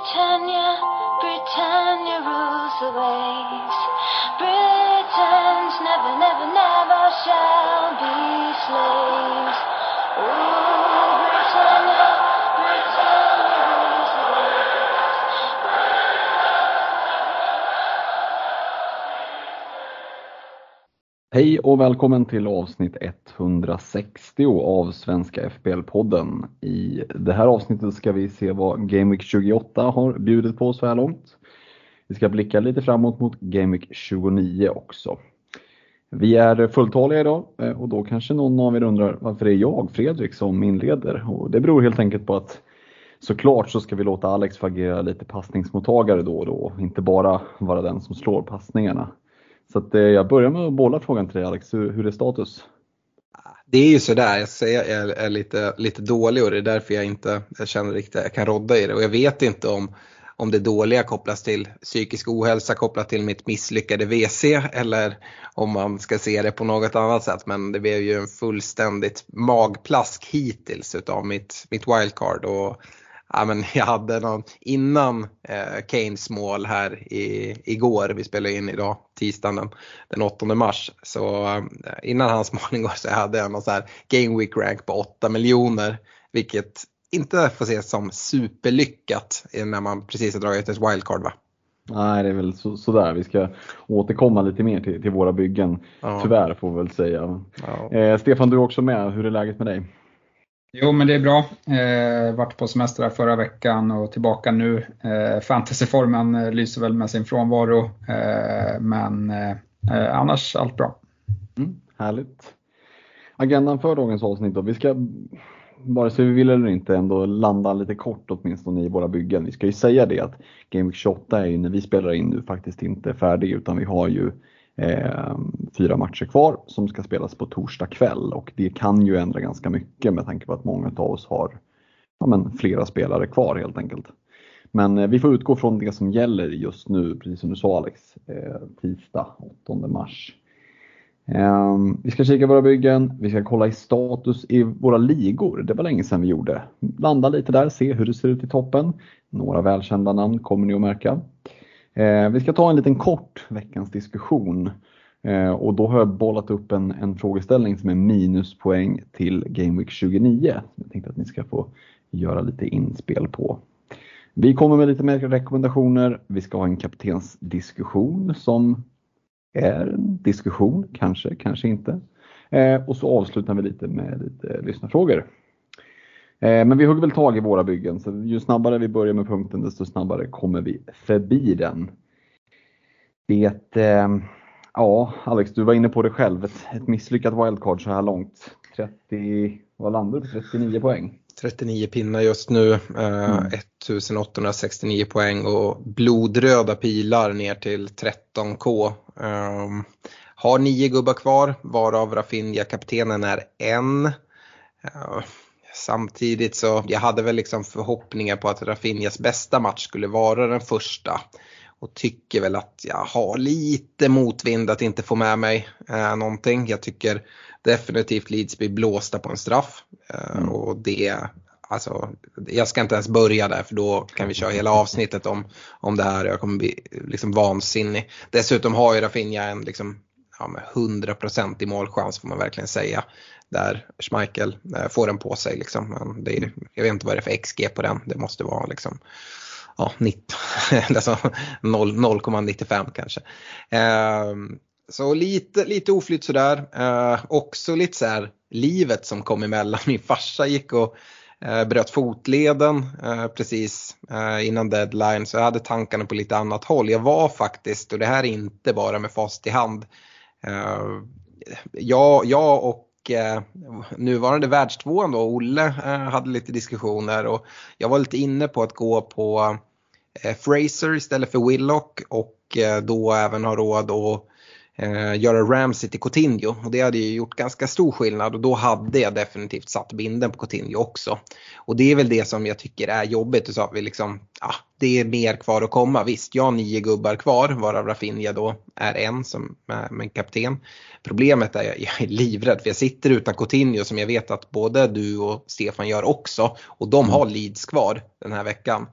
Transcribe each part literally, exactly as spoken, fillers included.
Britannia, Britannia rules the waves. Britons never, never, never shall be slaves. Oh, Britannia, Britannia rules the waves. Hej och välkommen till avsnitt etthundrasextio av Svenska F B L-podden. I det här avsnittet ska vi se vad Game Week tjugoåtta har bjudit på så här långt. Vi ska blicka lite framåt mot Game Week tjugonio också. Vi är fulltaliga idag och då kanske någon av er undrar varför det är jag, Fredrik, som inleder. Och det beror helt enkelt på att såklart så ska vi låta Alex få agera lite passningsmottagare då och då. Inte bara vara den som slår passningarna. Så att, eh, jag börjar med att bolla frågan till dig, Alex. Hur, hur är status? Det är ju sådär, jag säger jag är, är lite, lite dålig och det är därför jag inte jag känner riktigt jag kan rodda i det. Och jag vet inte om, om det dåliga kopplas till psykisk ohälsa kopplat till mitt misslyckade V C eller om man ska se det på något annat sätt. Men det blev ju en fullständigt magplask hittills utav mitt, mitt wildcard och ja, men jag hade någon innan eh, Kanes mål här i, igår, vi spelade in idag tisdagen den, den åttonde mars, så eh, innan hans mål igår så hade jag någon så här Game Week rank på åtta miljoner, vilket inte får ses som superlyckat när man precis har dragit ett wildcard, va? Nej, det är väl så, sådär. Vi ska återkomma lite mer till, till våra byggen, ja. Tyvärr får vi väl säga. Ja. eh, Stefan, du är också med, hur är läget med dig? Jo, men det är bra. Eh, vart på semester förra veckan och tillbaka nu. Eh, Fantasyformen eh, lyser väl med sin frånvaro. Eh, men eh, annars allt bra. Mm, härligt. Agendan för dagens avsnitt då. Vi ska, vare sig vi vill eller inte, ändå landa lite kort åtminstone i våra byggen. Vi ska ju säga det att Game Week tjugoåtta är ju, när vi spelar in nu, faktiskt inte färdig, utan vi har ju Eh, fyra matcher kvar som ska spelas på torsdag kväll, och det kan ju ändra ganska mycket med tanke på att många av oss har ja, men flera spelare kvar helt enkelt. Men eh, vi får utgå från det som gäller just nu, precis som du sa, Alex, eh, tisdag åttonde mars. Eh, vi ska kika våra byggen, vi ska kolla i status i våra ligor. Det var länge sedan vi gjorde. Landa lite där, se hur det ser ut i toppen. Några välkända namn kommer ni att märka. Eh, vi ska ta en liten kort veckans diskussion eh, och då har jag bollat upp en, en frågeställning som är minuspoäng till Game Week tjugonio. Jag tänkte att ni ska få göra lite inspel på. Vi kommer med lite mer rekommendationer. Vi ska ha en kaptensdiskussion som är en diskussion, kanske, kanske inte. Eh, och så avslutar vi lite med lite lyssnarfrågor. Men vi hugger väl tag i våra byggen, så ju snabbare vi börjar med punkten desto snabbare kommer vi förbi den. Det, eh, ja, Alex, du var inne på det själv. Ett, ett misslyckat wildcard så här långt. trettio, vad landar du på? trettionio poäng? trettionio pinnar just nu, eh, mm. ettonhundrasextionio poäng och blodröda pilar ner till tretton k. Eh, har nio gubbar kvar, varav Rafinha kaptenen är en. Eh, Samtidigt så jag hade väl liksom förhoppningar på att Rafinhas bästa match skulle vara den första. Och tycker väl att jag har lite motvind att inte få med mig eh, någonting. Jag tycker definitivt Leeds blir blåsta på en straff. Eh, mm. Och det, alltså, jag ska inte ens börja där, för då kan vi köra hela avsnittet om, om det här. Jag kommer bli liksom vansinnig. Dessutom har ju Rafinha en liksom, ja, med hundra procent i målchans, får man verkligen säga. Där Schmeichel eh, får den på sig liksom. Men det är, jag vet inte vad det är för X G på den. Det måste vara liksom ja, nittio, alltså noll komma nittiofem kanske. Eh, så lite, lite oflytt sådär. Eh, också lite så här livet som kom emellan. Min farsa gick och eh, bröt fotleden eh, precis eh, innan deadline. Så jag hade tankarna på lite annat håll. Jag var faktiskt, och det här är inte bara med fast i hand. Eh, jag, jag och Eh, nuvarande världstvåan då, Olle, eh, hade lite diskussioner och jag var lite inne på att gå på eh, Fraser istället för Willock och eh, då även ha råd att eh, göra Ramsey till Coutinho, och det hade ju gjort ganska stor skillnad, och då hade jag definitivt satt binden på Coutinho också. Och det är väl det som jag tycker är jobbigt, så att vi liksom, ja, det är mer kvar att komma. Visst, jag har nio gubbar kvar, varav Rafinha då är en som med, med kapten. Problemet är att jag är livrädd, för jag sitter utan Coutinho, som jag vet att både du och Stefan gör också, och de har Leeds kvar den här veckan.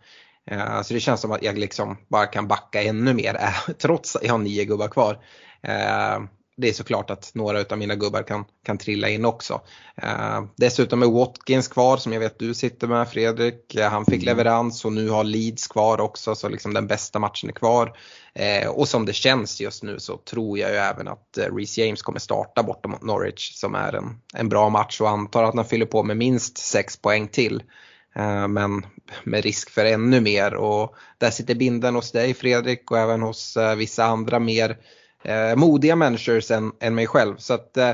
Eh, så det känns som att jag liksom bara kan backa ännu mer eh, trots att jag har nio gubbar kvar. Eh, det är såklart att några av mina gubbar kan, kan trilla in också. Eh, dessutom är Watkins kvar som jag vet du sitter med, Fredrik. Eh, han fick leverans och nu har Leeds kvar också, så liksom den bästa matchen är kvar. Eh, och som det känns just nu så tror jag ju även att eh, Reece James kommer starta bortom mot Norwich, som är en, en bra match, och antar att han fyller på med minst sex poäng till. Eh, men med risk för ännu mer, och där sitter binden hos dig, Fredrik, och även hos eh, vissa andra mer Eh, modiga människor än, än mig själv. Så att eh,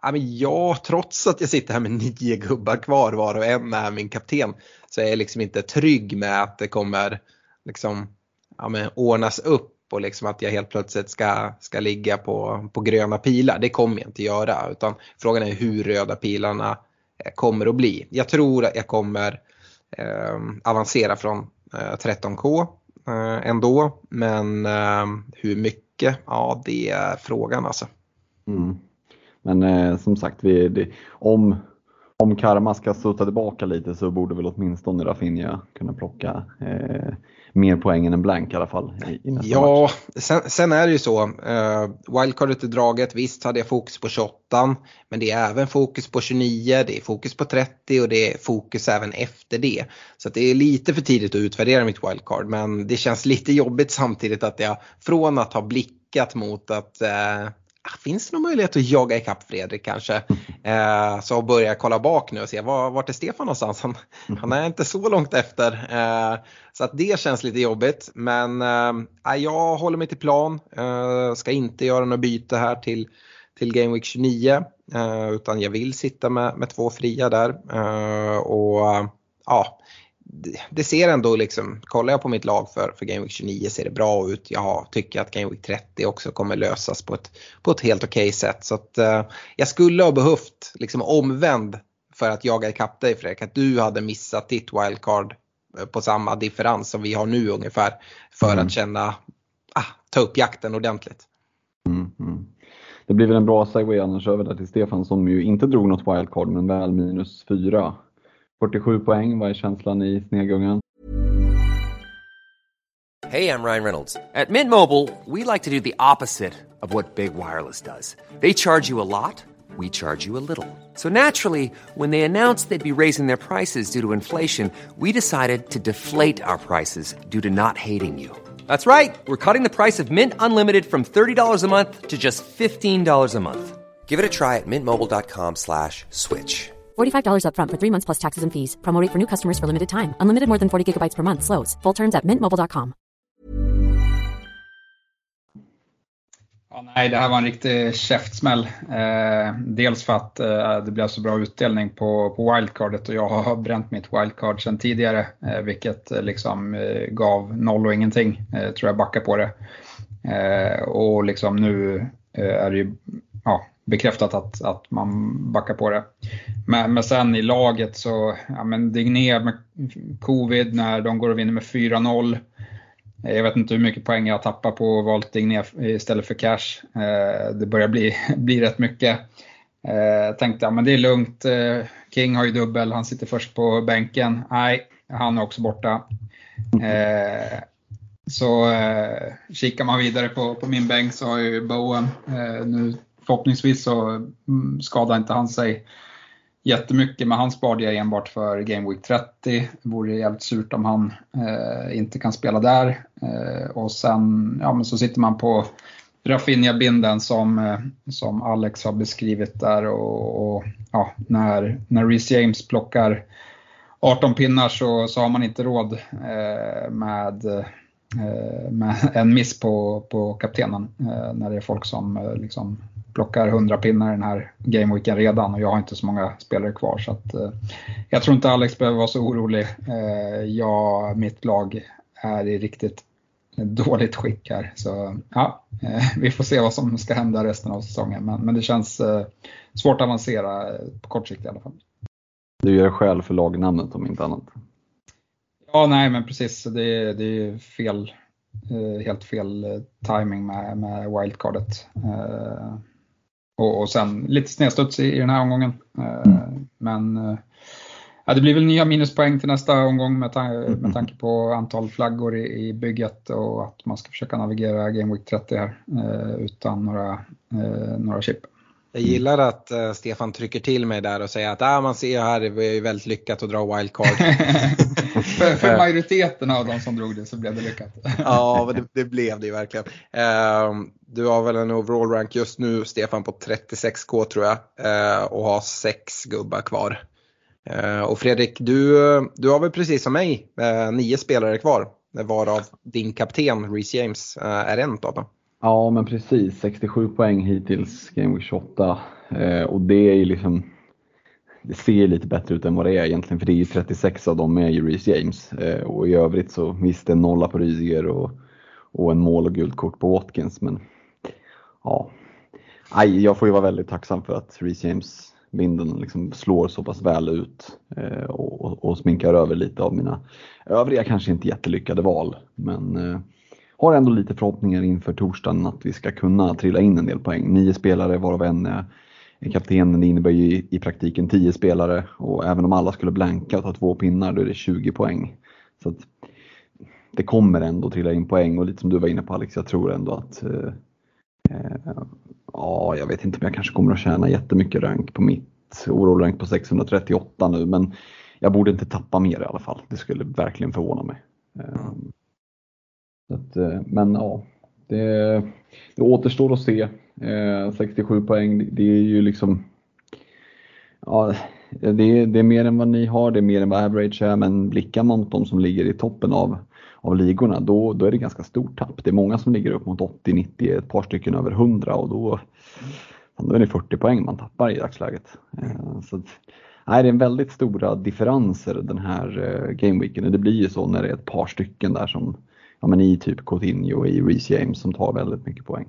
ja, trots att jag sitter här med nio gubbar kvar, var och en är min kapten, så är jag liksom inte trygg med att det kommer liksom, ja, men, ordnas upp och liksom att jag helt plötsligt ska, ska ligga på, på gröna pilar. Det kommer jag inte göra, utan frågan är hur röda pilarna eh, kommer att bli. Jag tror att jag kommer eh, avancera från eh, tretton K eh, ändå, men eh, hur mycket? Ja, det är frågan alltså. Mm. Men eh, som sagt, vi, det, om, om Karma ska sutta tillbaka lite så borde väl åtminstone Rafinha kunna plocka eh, mer poäng än en blank i alla fall i, i nästa ja, match. Sen, sen är det ju så. Eh, wildcardet är draget. Visst hade jag fokus på tjugoåtta, men det är även fokus på tjugonio, det är fokus på trettio och det är fokus även efter det. Så att det är lite för tidigt att utvärdera mitt wildcard, men det känns lite jobbigt samtidigt att jag från att ha blickat mot att eh, finns det någon möjlighet att jaga ikapp Fredrik kanske, eh, så börjar jag kolla bak nu och se var, vart är Stefan någonstans. Han, han är inte så långt efter, eh, så att det känns lite jobbigt, men eh, jag håller mig till plan, eh, ska inte göra något byte här till, till Game Week tjugonio, eh, utan jag vill sitta med, med två fria där, eh, och eh, ja, det ser ändå liksom, kollar jag på mitt lag för, för Game Week tjugonio ser det bra ut. Jag tycker att Game Week trettio också kommer lösas på ett, på ett helt okej sätt. Så att eh, jag skulle ha behövt liksom omvänd för att jaga ikapp dig, Fredrik. Att du hade missat ditt wildcard på samma differens som vi har nu ungefär. För mm. att känna, ah, ta upp jakten ordentligt. Mm, mm. Det blir väl en bra segway annars över där till Stefan som ju inte drog något wildcard men väl minus fyra. fyrtiosju poäng, vad är känslan i Snegungan? Hey, I'm Ryan Reynolds. At Mint Mobile, we like to do the opposite of what Big Wireless does. They charge you a lot, we charge you a little. So naturally, when they announced they'd be raising their prices due to inflation, we decided to deflate our prices due to not hating you. That's right. We're cutting the price of Mint Unlimited from thirty dollars a month to just fifteen dollars a month. Give it a try at mintmobile.com slash switch. forty-five dollars up front for three months plus taxes and fees. Promo rate for new customers for limited time. Unlimited more than forty gigabytes per month slows. Full terms at mint mobile dot com. Ja, nej, det här var en riktig käftsmäll. Eh, dels för att eh, det blev så bra utdelning på, på wildcardet och jag har bränt mitt wildcard sedan tidigare. Eh, vilket eh, liksom eh, gav noll och ingenting. Eh, tror jag backar på det. Eh, och liksom nu eh, är det ju... Ja, bekräftat att, att man backar på det. Men, men sen i laget så, ja men Digné med covid när de går och vinner med fyra noll. Jag vet inte hur mycket poäng jag tappar på att valt Digné istället för cash. Eh, det börjar bli, bli rätt mycket. Eh, tänkte, ja men det är lugnt. Eh, King har ju dubbel, han sitter först på bänken. Nej, han är också borta. Eh, så eh, kikar man vidare på, på min bänk så har ju Bowen eh, nu förhoppningsvis så skadar inte han sig jättemycket, men han sparade jag enbart för Game Week trettio. Det vore jävligt surt om han eh, inte kan spela där. Eh, och sen ja, men så sitter man på Rafinha-binden som, eh, som Alex har beskrivit där. Och, och ja, när, när Reece James plockar arton pinnar så, så har man inte råd eh, med... med en miss på, på kaptenen eh, när det är folk som eh, liksom plockar hundra pinnar den här gameweeken redan och jag har inte så många spelare kvar så att eh, jag tror inte Alex behöver vara så orolig. Eh, jag, mitt lag är i riktigt dåligt skick här så ja, eh, vi får se vad som ska hända resten av säsongen men, men det känns eh, svårt att avancera på kort sikt i alla fall. Du gör själv för lagnamnet om inte annat. Ja, nej men precis. Det, det är fel, helt fel timing med, med wildcardet. Och, och sen lite snedstuds i, i den här omgången. Men Ja, det blir väl nya minuspoäng till nästa omgång med, ta- med tanke på antal flaggor i, i bygget och att man ska försöka navigera Game Week trettio här eh, utan några, eh, några chip. Jag gillar att uh, Stefan trycker till mig där och säger att ah, man ser här, det är väldigt lyckat att dra wildcard. för, för majoriteten av de som drog det så blev det lyckat. Ja, men det, det blev det ju verkligen. Uh, du har väl en overall rank just nu, Stefan, på trettiosex K tror jag. Uh, och har sex gubbar kvar. Uh, och Fredrik, du, du har väl precis som mig uh, nio spelare kvar. Varav din kapten, Reece James, uh, är en av dem. Ja, men precis. sextiosju poäng hittills Game Week tjugoåtta. Eh, och det är ju liksom, det ser lite bättre ut än vad det är egentligen. För det är ju trettiosex av dem är ju Reece James. Eh, och i övrigt så visst en nolla på Rydiger och, och en mål och guldkort på Watkins. Men ja, aj, jag får ju vara väldigt tacksam för att Reece James vinden liksom slår så pass väl ut. Eh, och, och, och sminkar över lite av mina övriga kanske inte jättelyckade val. Men eh, har ändå lite förhoppningar inför torsdagen att vi ska kunna trilla in en del poäng. Nio spelare varav en är kaptenen. Det innebär ju i, i praktiken tio spelare. Och även om alla skulle blanka och ta två pinnar då är det tjugo poäng. Så att det kommer ändå trilla in poäng. Och lite som du var inne på Alex, jag tror ändå att eh, eh, ja, jag vet inte om jag kanske kommer att tjäna jättemycket rank på mitt overall rank på sexhundratrettioåtta nu. Men jag borde inte tappa mer i alla fall. Det skulle verkligen förvåna mig. Eh, Så att, men ja, det, det återstår att se. Eh, sextiosju poäng, det är ju liksom, ja, det är, det är mer än vad ni har, det är mer än vad average är. Men blickar man mot de som ligger i toppen av, av ligorna, då, då är det ganska stort tapp. Det är många som ligger upp mot åttio nittio, ett par stycken över hundra och då, då är det fyrtio poäng man tappar i dagsläget. Eh, så att, nej, det är en väldigt stora differenser den här eh, gameweeken. Och det blir ju så när det är ett par stycken där som, ja, men i typ Coutinho och i Reece James som tar väldigt mycket poäng.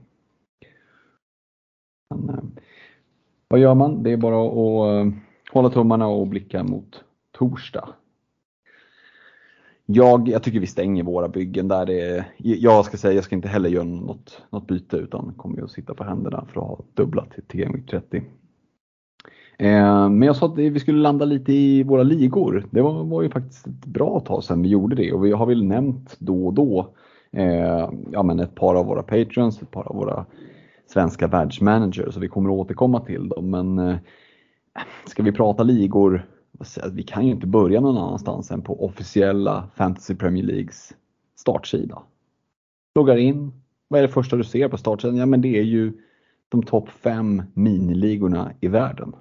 Men, eh, vad gör man? Det är bara att eh, hålla tummarna och blicka mot torsdag. Jag, jag tycker vi stänger våra byggen där det är, jag ska säga, jag ska inte heller göra något, något byte utan kommer ju att sitta på händerna för att ha dubblat till, till Game Week trettio. Eh, men jag sa att vi skulle landa lite i våra ligor. Det var, var ju faktiskt ett bra tag sedan vi gjorde det. Och vi har väl nämnt då och då eh, ja, men ett par av våra patrons, ett par av våra svenska världsmanagers. Så vi kommer att återkomma till dem. Men eh, ska vi prata ligor, vi kan ju inte börja någon annanstans än på officiella Fantasy Premier Leagues startsida. Loggar in, vad är det första du ser på startsidan? Ja, men det är ju de topp fem miniligorna i världen.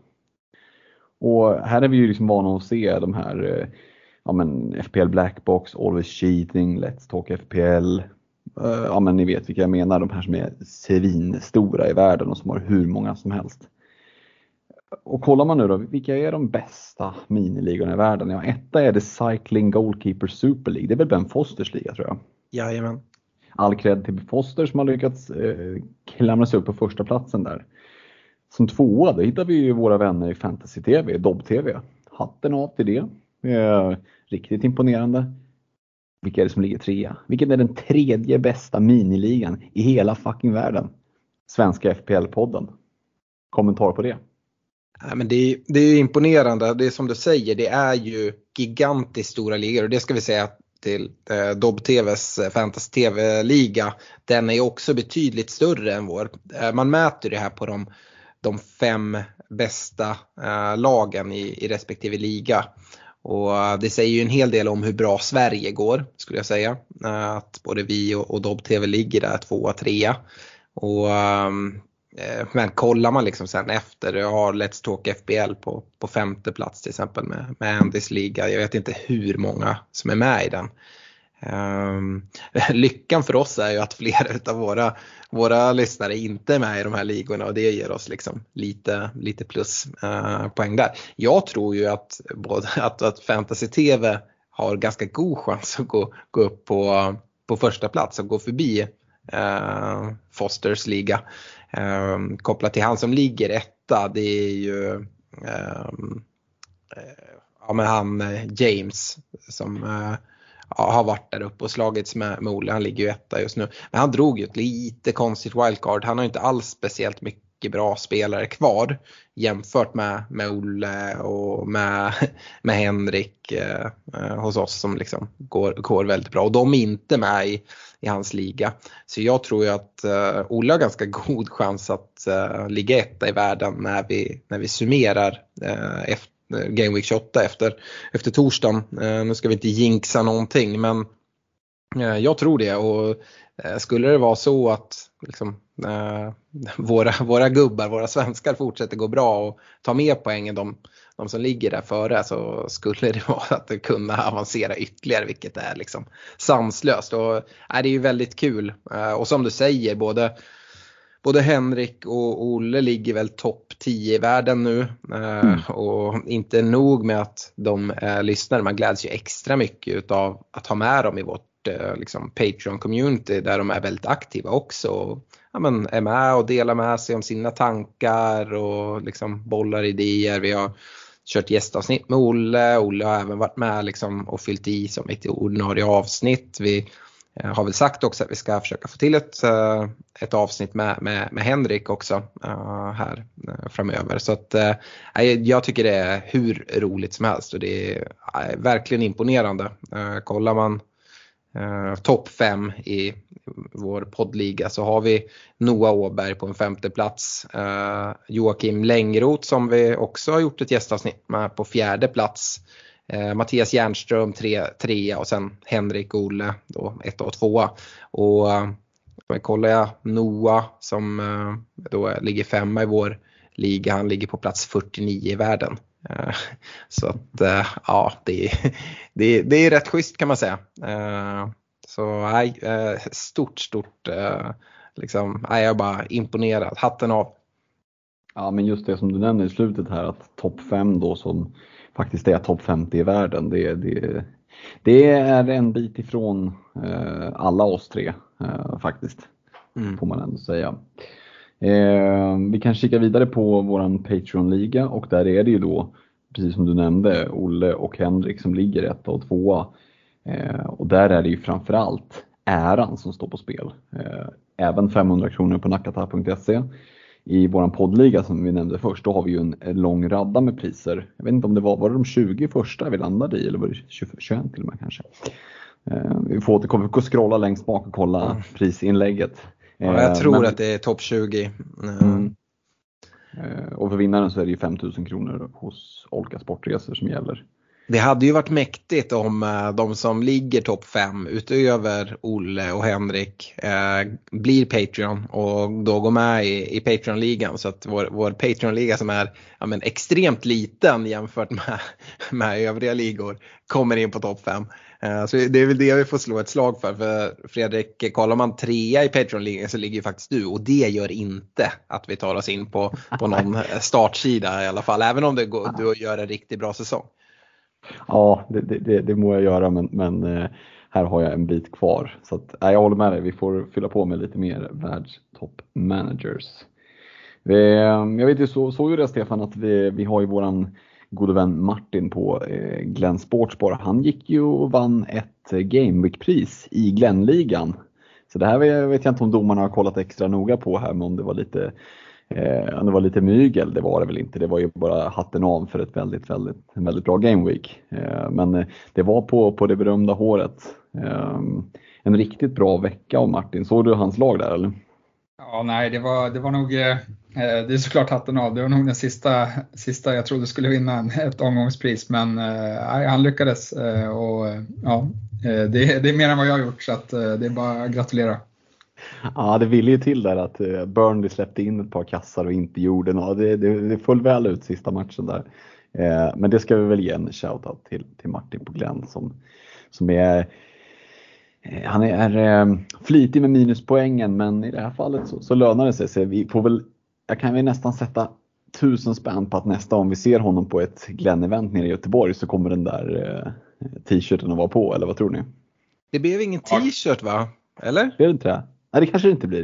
Och här är vi ju liksom vana att se de här, ja men F P L Blackbox, Always Cheating, Let's Talk F P L. Ja men ni vet vilka jag menar, de här som är svinstora i världen och som har hur många som helst. Och kollar man nu då, vilka är de bästa miniligorna i världen? Ja, etta är det Cycling Goalkeeper Super League. Det är väl Ben Fosters liga tror jag. Jajamän. All cred till Foster som har lyckats eh, klamra sig upp på första platsen där. Som tvåa, då hittar vi ju våra vänner i Fantasy T V, Dobb T V. Hatten av till det. Eh, riktigt imponerande. Vilka är det som ligger trea? Vilken är den tredje bästa miniligan i hela fucking världen? Svenska F P L-podden. Kommentar på det? Ja, men det, är, det är imponerande. Det är som du säger, det är ju gigantiskt stora ligor. Och det ska vi säga till eh, Dobb T Vs Fantasy T V-liga. Den är också betydligt större än vår. Eh, man mäter det här på de, de fem bästa eh, lagen i, i respektive liga. Och eh, det säger ju en hel del om hur bra Sverige går, skulle jag säga. Eh, att både vi och, och Dobb T V ligger där tvåa, trea. Och eh, men kollar man liksom sen efter, jag har Let's Talk F B L på, på femte plats till exempel med, med Andys liga. Jag vet inte hur många som är med i den. Um, lyckan för oss är ju att flera av våra, våra lyssnare inte är med i de här ligorna och det ger oss liksom lite, lite plus uh, poäng där. Jag tror ju att, både, att, att Fantasy T V har ganska god chans att gå, gå upp på, på första plats och gå förbi uh, Fosters liga. Um, kopplat till han som ligger etta, det är ju um, uh, ja, men han uh, James som uh, ja, har varit där uppe och slagits med, med Olle. Han ligger ju etta just nu, men han drog ju ett lite konstigt wildcard. Han har inte alls speciellt mycket mycket bra spelare kvar jämfört med, med Olle och med, med Henrik eh, hos oss som liksom går, går väldigt bra. Och de är inte med i, i hans liga. Så jag tror ju att eh, Olle har ganska god chans att eh, ligga etta i världen när vi, när vi summerar eh, efter Game Week tjugoåtta efter, efter torsdagen. Eh, nu ska vi inte jinxa någonting, men eh, jag tror det. Och eh, skulle det vara så att liksom, eh, våra, våra gubbar, våra svenskar fortsätter gå bra och ta med poängen de, de som ligger där före, så skulle det vara att det kunna avancera ytterligare, vilket är liksom sanslöst. Och eh, det är ju väldigt kul. Eh, och som du säger, både Både Henrik och Olle ligger väl topp tio i världen nu. Mm. Och inte nog med att de är lyssnare. Man gläds ju extra mycket av att ha med dem i vårt liksom, Patreon-community. Där de är väldigt aktiva också. Och, ja, men, är med och delar med sig om sina tankar. Och liksom, bollar idéer. Vi har kört gästavsnitt med Olle. Olle har även varit med liksom, och fyllt i som ett ordinarie avsnitt. Vi Jag har väl sagt också att vi ska försöka få till ett, ett avsnitt med, med, med Henrik också uh, här uh, framöver. Så att uh, jag tycker det är hur roligt som helst och det är uh, verkligen imponerande. Uh, kollar man uh, topp fem i vår poddliga så har vi Noah Åberg på en femte plats. Uh, Joakim Längroth som vi också har gjort ett gästavsnitt med på fjärde plats. Eh, Mattias Järnström tre, trea och sen Henrik och Olle då ett och tvåa. Och eh, kollar jag Noah som eh, då ligger femma i vår liga, han ligger på plats fyrtionio i världen. Eh, så att eh, ja, det är, det, är, det är rätt schysst kan man säga. Eh, så nej, eh, stort stort eh, liksom, nej, jag är bara imponerad, hatten av. Ja, men just det som du nämnde i slutet här, att topp fem då som faktiskt är topp femtio i världen, det, det, det är en bit ifrån eh, alla oss tre eh, faktiskt, mm. får man ändå säga. Eh, vi kan kika vidare på våran Patreon-liga och där är det ju då, precis som du nämnde, Olle och Henrik som ligger etta och tvåa. Eh, och där är det ju framförallt äran som står på spel. Eh, även femhundra kronor på nakata punkt se. I våran poddliga som vi nämnde först, då har vi ju en lång radda med priser. Jag vet inte om det var, var det de tjugo första vi landade i eller var det tjugo, tjugoett till och med kanske. Eh, vi får återkomma och scrolla längst bak och kolla mm. prisinlägget. Eh, ja, jag tror men, att det är topp tjugo. Mm. Mm. Eh, och för vinnaren så är det ju fem tusen kronor hos Olka Sportresor som gäller. Det hade ju varit mäktigt om uh, de som ligger topp fem utöver Olle och Henrik uh, blir Patreon och då går med i, i Patreon-ligan. Så att vår, vår Patreon-liga som är ja, men extremt liten jämfört med, med övriga ligor kommer in på topp fem. Uh, så det är väl det vi får slå ett slag för. För Fredrik, kollar man trea i Patreon-ligan så ligger ju faktiskt du. Och det gör inte att vi tar oss in på, på någon startsida i alla fall. Även om det går, du gör en riktigt bra säsong. Ja, det, det, det må jag göra, men, men här har jag en bit kvar. Så att, nej, jag håller med dig, vi får fylla på med lite mer världstopp managers. Vi, jag vet ju, så, såg ju det Stefan, att vi, vi har ju våran gode vän Martin på eh, Glenn Sportsbar. Han gick ju och vann ett Game Week-pris i Glenn-ligan. Så det här vet jag inte om domarna har kollat extra noga på här, men om det var lite... Eh, det var lite mygel, det var det väl inte. Det var ju bara hatten av för ett väldigt, väldigt, en väldigt bra Game Week. Eh, men eh, det var på, på det berömda håret. Eh, en riktigt bra vecka av Martin. Såg du hans lag där eller? Ja, nej, det var, det var nog, eh, det är såklart hatten av. Det var nog den sista, sista jag trodde skulle vinna en, ett omgångspris. Men eh, han lyckades eh, och ja, det, det är mer än vad jag har gjort, så att, eh, det är bara att gratulera. Ja, det ville ju till där att Burnley släppte in ett par kassar och inte gjorde något. Det, det, det föll väl ut sista matchen där. Eh, men det ska vi väl ge en shoutout till, till Martin på Glenn som, som är, eh, han är eh, flitig med minuspoängen, men i det här fallet så, så lönar det sig. Så vi får väl, jag kan väl nästan sätta tusen spänn på att nästa om vi ser honom på ett Glenn-event nere i Göteborg så kommer den där eh, t-shirten att vara på, eller vad tror ni? Det blev ingen t-shirt va? Eller? Det är det inte det? Nej, det kanske det inte blir.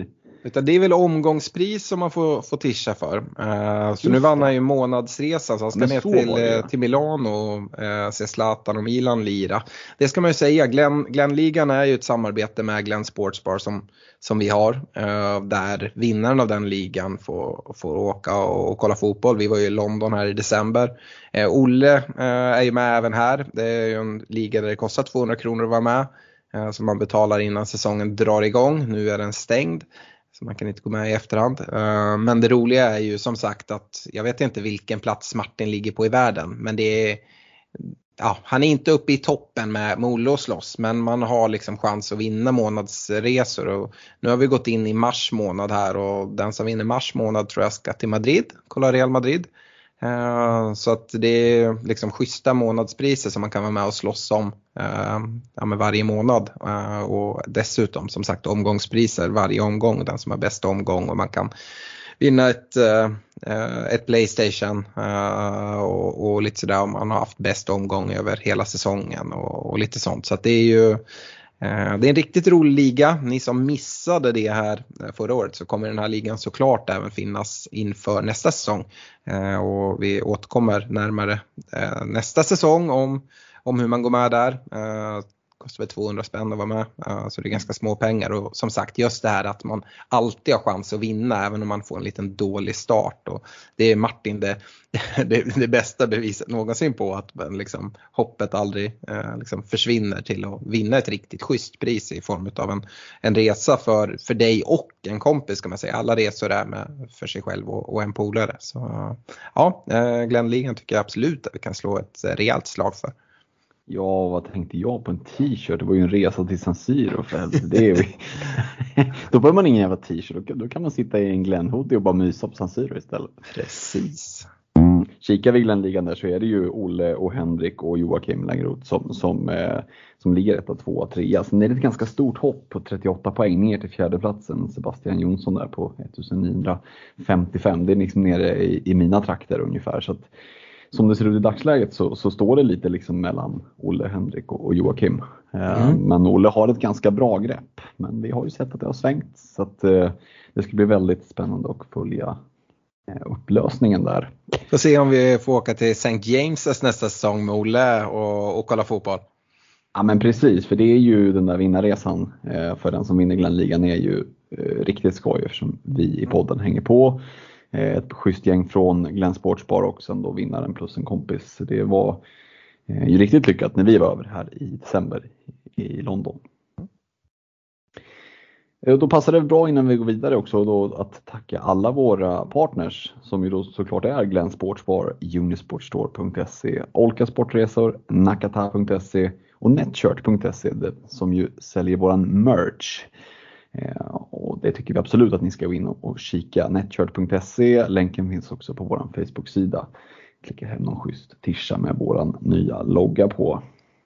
Utan det är väl omgångspris som man får, får tischa för. Uh, så nu vann han ju månadsresa, så han ska ner till, uh, till Milano och uh, se Zlatan och Milan lira. Det ska man ju säga, Glenn, Glenn-ligan är ju ett samarbete med Glenn Sportsbar som, som vi har. Uh, där vinnaren av den ligan får, får åka och, och kolla fotboll. Vi var ju i London här i december. Uh, Olle uh, är ju med även här. Det är ju en liga där det kostar tvåhundra kronor att vara med. Uh, som man betalar innan säsongen drar igång. Nu är den stängd. Så man kan inte gå med i efterhand. Uh, men det roliga är ju som sagt att jag vet inte vilken plats Martin ligger på i världen. Men det är, ja, han är inte uppe i toppen med Olle och slåss. Men man har liksom chans att vinna månadsresor. Och nu har vi gått in i mars månad här. Och den som vinner mars månad tror jag ska till Madrid. Kolla Real Madrid. Uh, så att det är liksom schyssta månadspriser som man kan vara med och slåss om uh, ja, med varje månad. Uh, och dessutom som sagt omgångspriser varje omgång. Den som har bästa omgång, och man kan vinna ett, uh, ett PlayStation uh, och, och lite sådär om man har haft bästa omgång över hela säsongen och, och lite sånt. Så att det är ju det är en riktigt rolig liga. Ni som missade det här förra året, så kommer den här ligan såklart även finnas inför nästa säsong. Och vi återkommer närmare nästa säsong om, om hur man går med där. Kostar väl tvåhundra spänn att vara med. Så det är ganska små pengar. Och som sagt, just det här att man alltid har chans att vinna även om man får en liten dålig start. Och det är Martin det, det, det bästa beviset någonsin på att liksom, hoppet aldrig eh, liksom försvinner till att vinna ett riktigt schysst pris i form av en, en resa för, för dig och en kompis, kan man säga. Alla resor är med för sig själv och, och en polare. Så ja, eh, Glenn-ligan tycker jag absolut att vi kan slå ett rejält slag för. Ja, vad tänkte jag på en t-shirt? Det var ju en resa till San Siro. För det är ju... Då behöver man ingen jävla t-shirt. Då kan man sitta i en Glenn-hoodie och bara mysa på San Siro istället. Precis. Mm. Kikar vi Glenn-ligan där så är det ju Olle och Henrik och Joakim Langroth som, som, eh, som ligger ett, två, tre. Sen är det ett ganska stort hopp på trettioåtta poäng ner till fjärdeplatsen. Sebastian Jonsson där på nittonhundrafemtiofem. Det är liksom nere i, i mina trakter ungefär. Så att som det ser ut i dagsläget så, så står det lite liksom mellan Olle, Henrik och, och Joakim. Mm. Men Olle har ett ganska bra grepp. Men vi har ju sett att det har svängt. Så att, eh, det ska bli väldigt spännande att följa eh, upplösningen där. Får se om vi får åka till Saint James nästa säsong med Olle och, och kolla fotboll. Ja men precis, för det är ju den där vinnarresan eh, för den som vinner Glenn-ligan är ju eh, riktigt skoj eftersom vi i podden hänger på. Ett schysst gäng från Glenn Sportsbar och sen då vinnaren plus en kompis. Det var eh, ju riktigt lyckat när vi var över här i december i London. Eh, då passar det bra innan vi går vidare också då att tacka alla våra partners som ju då såklart är Glenn Sportsbar, Unisportstore punkt se, Olka Sportresor, Nakata punkt se och Netshirt punkt se som ju säljer våran merch. Eh, och det tycker vi absolut att ni ska gå in och, och kika. Netshirt punkt se, länken finns också på vår Facebook-sida. Klicka hem någon schysst tisha med våran nya logga på.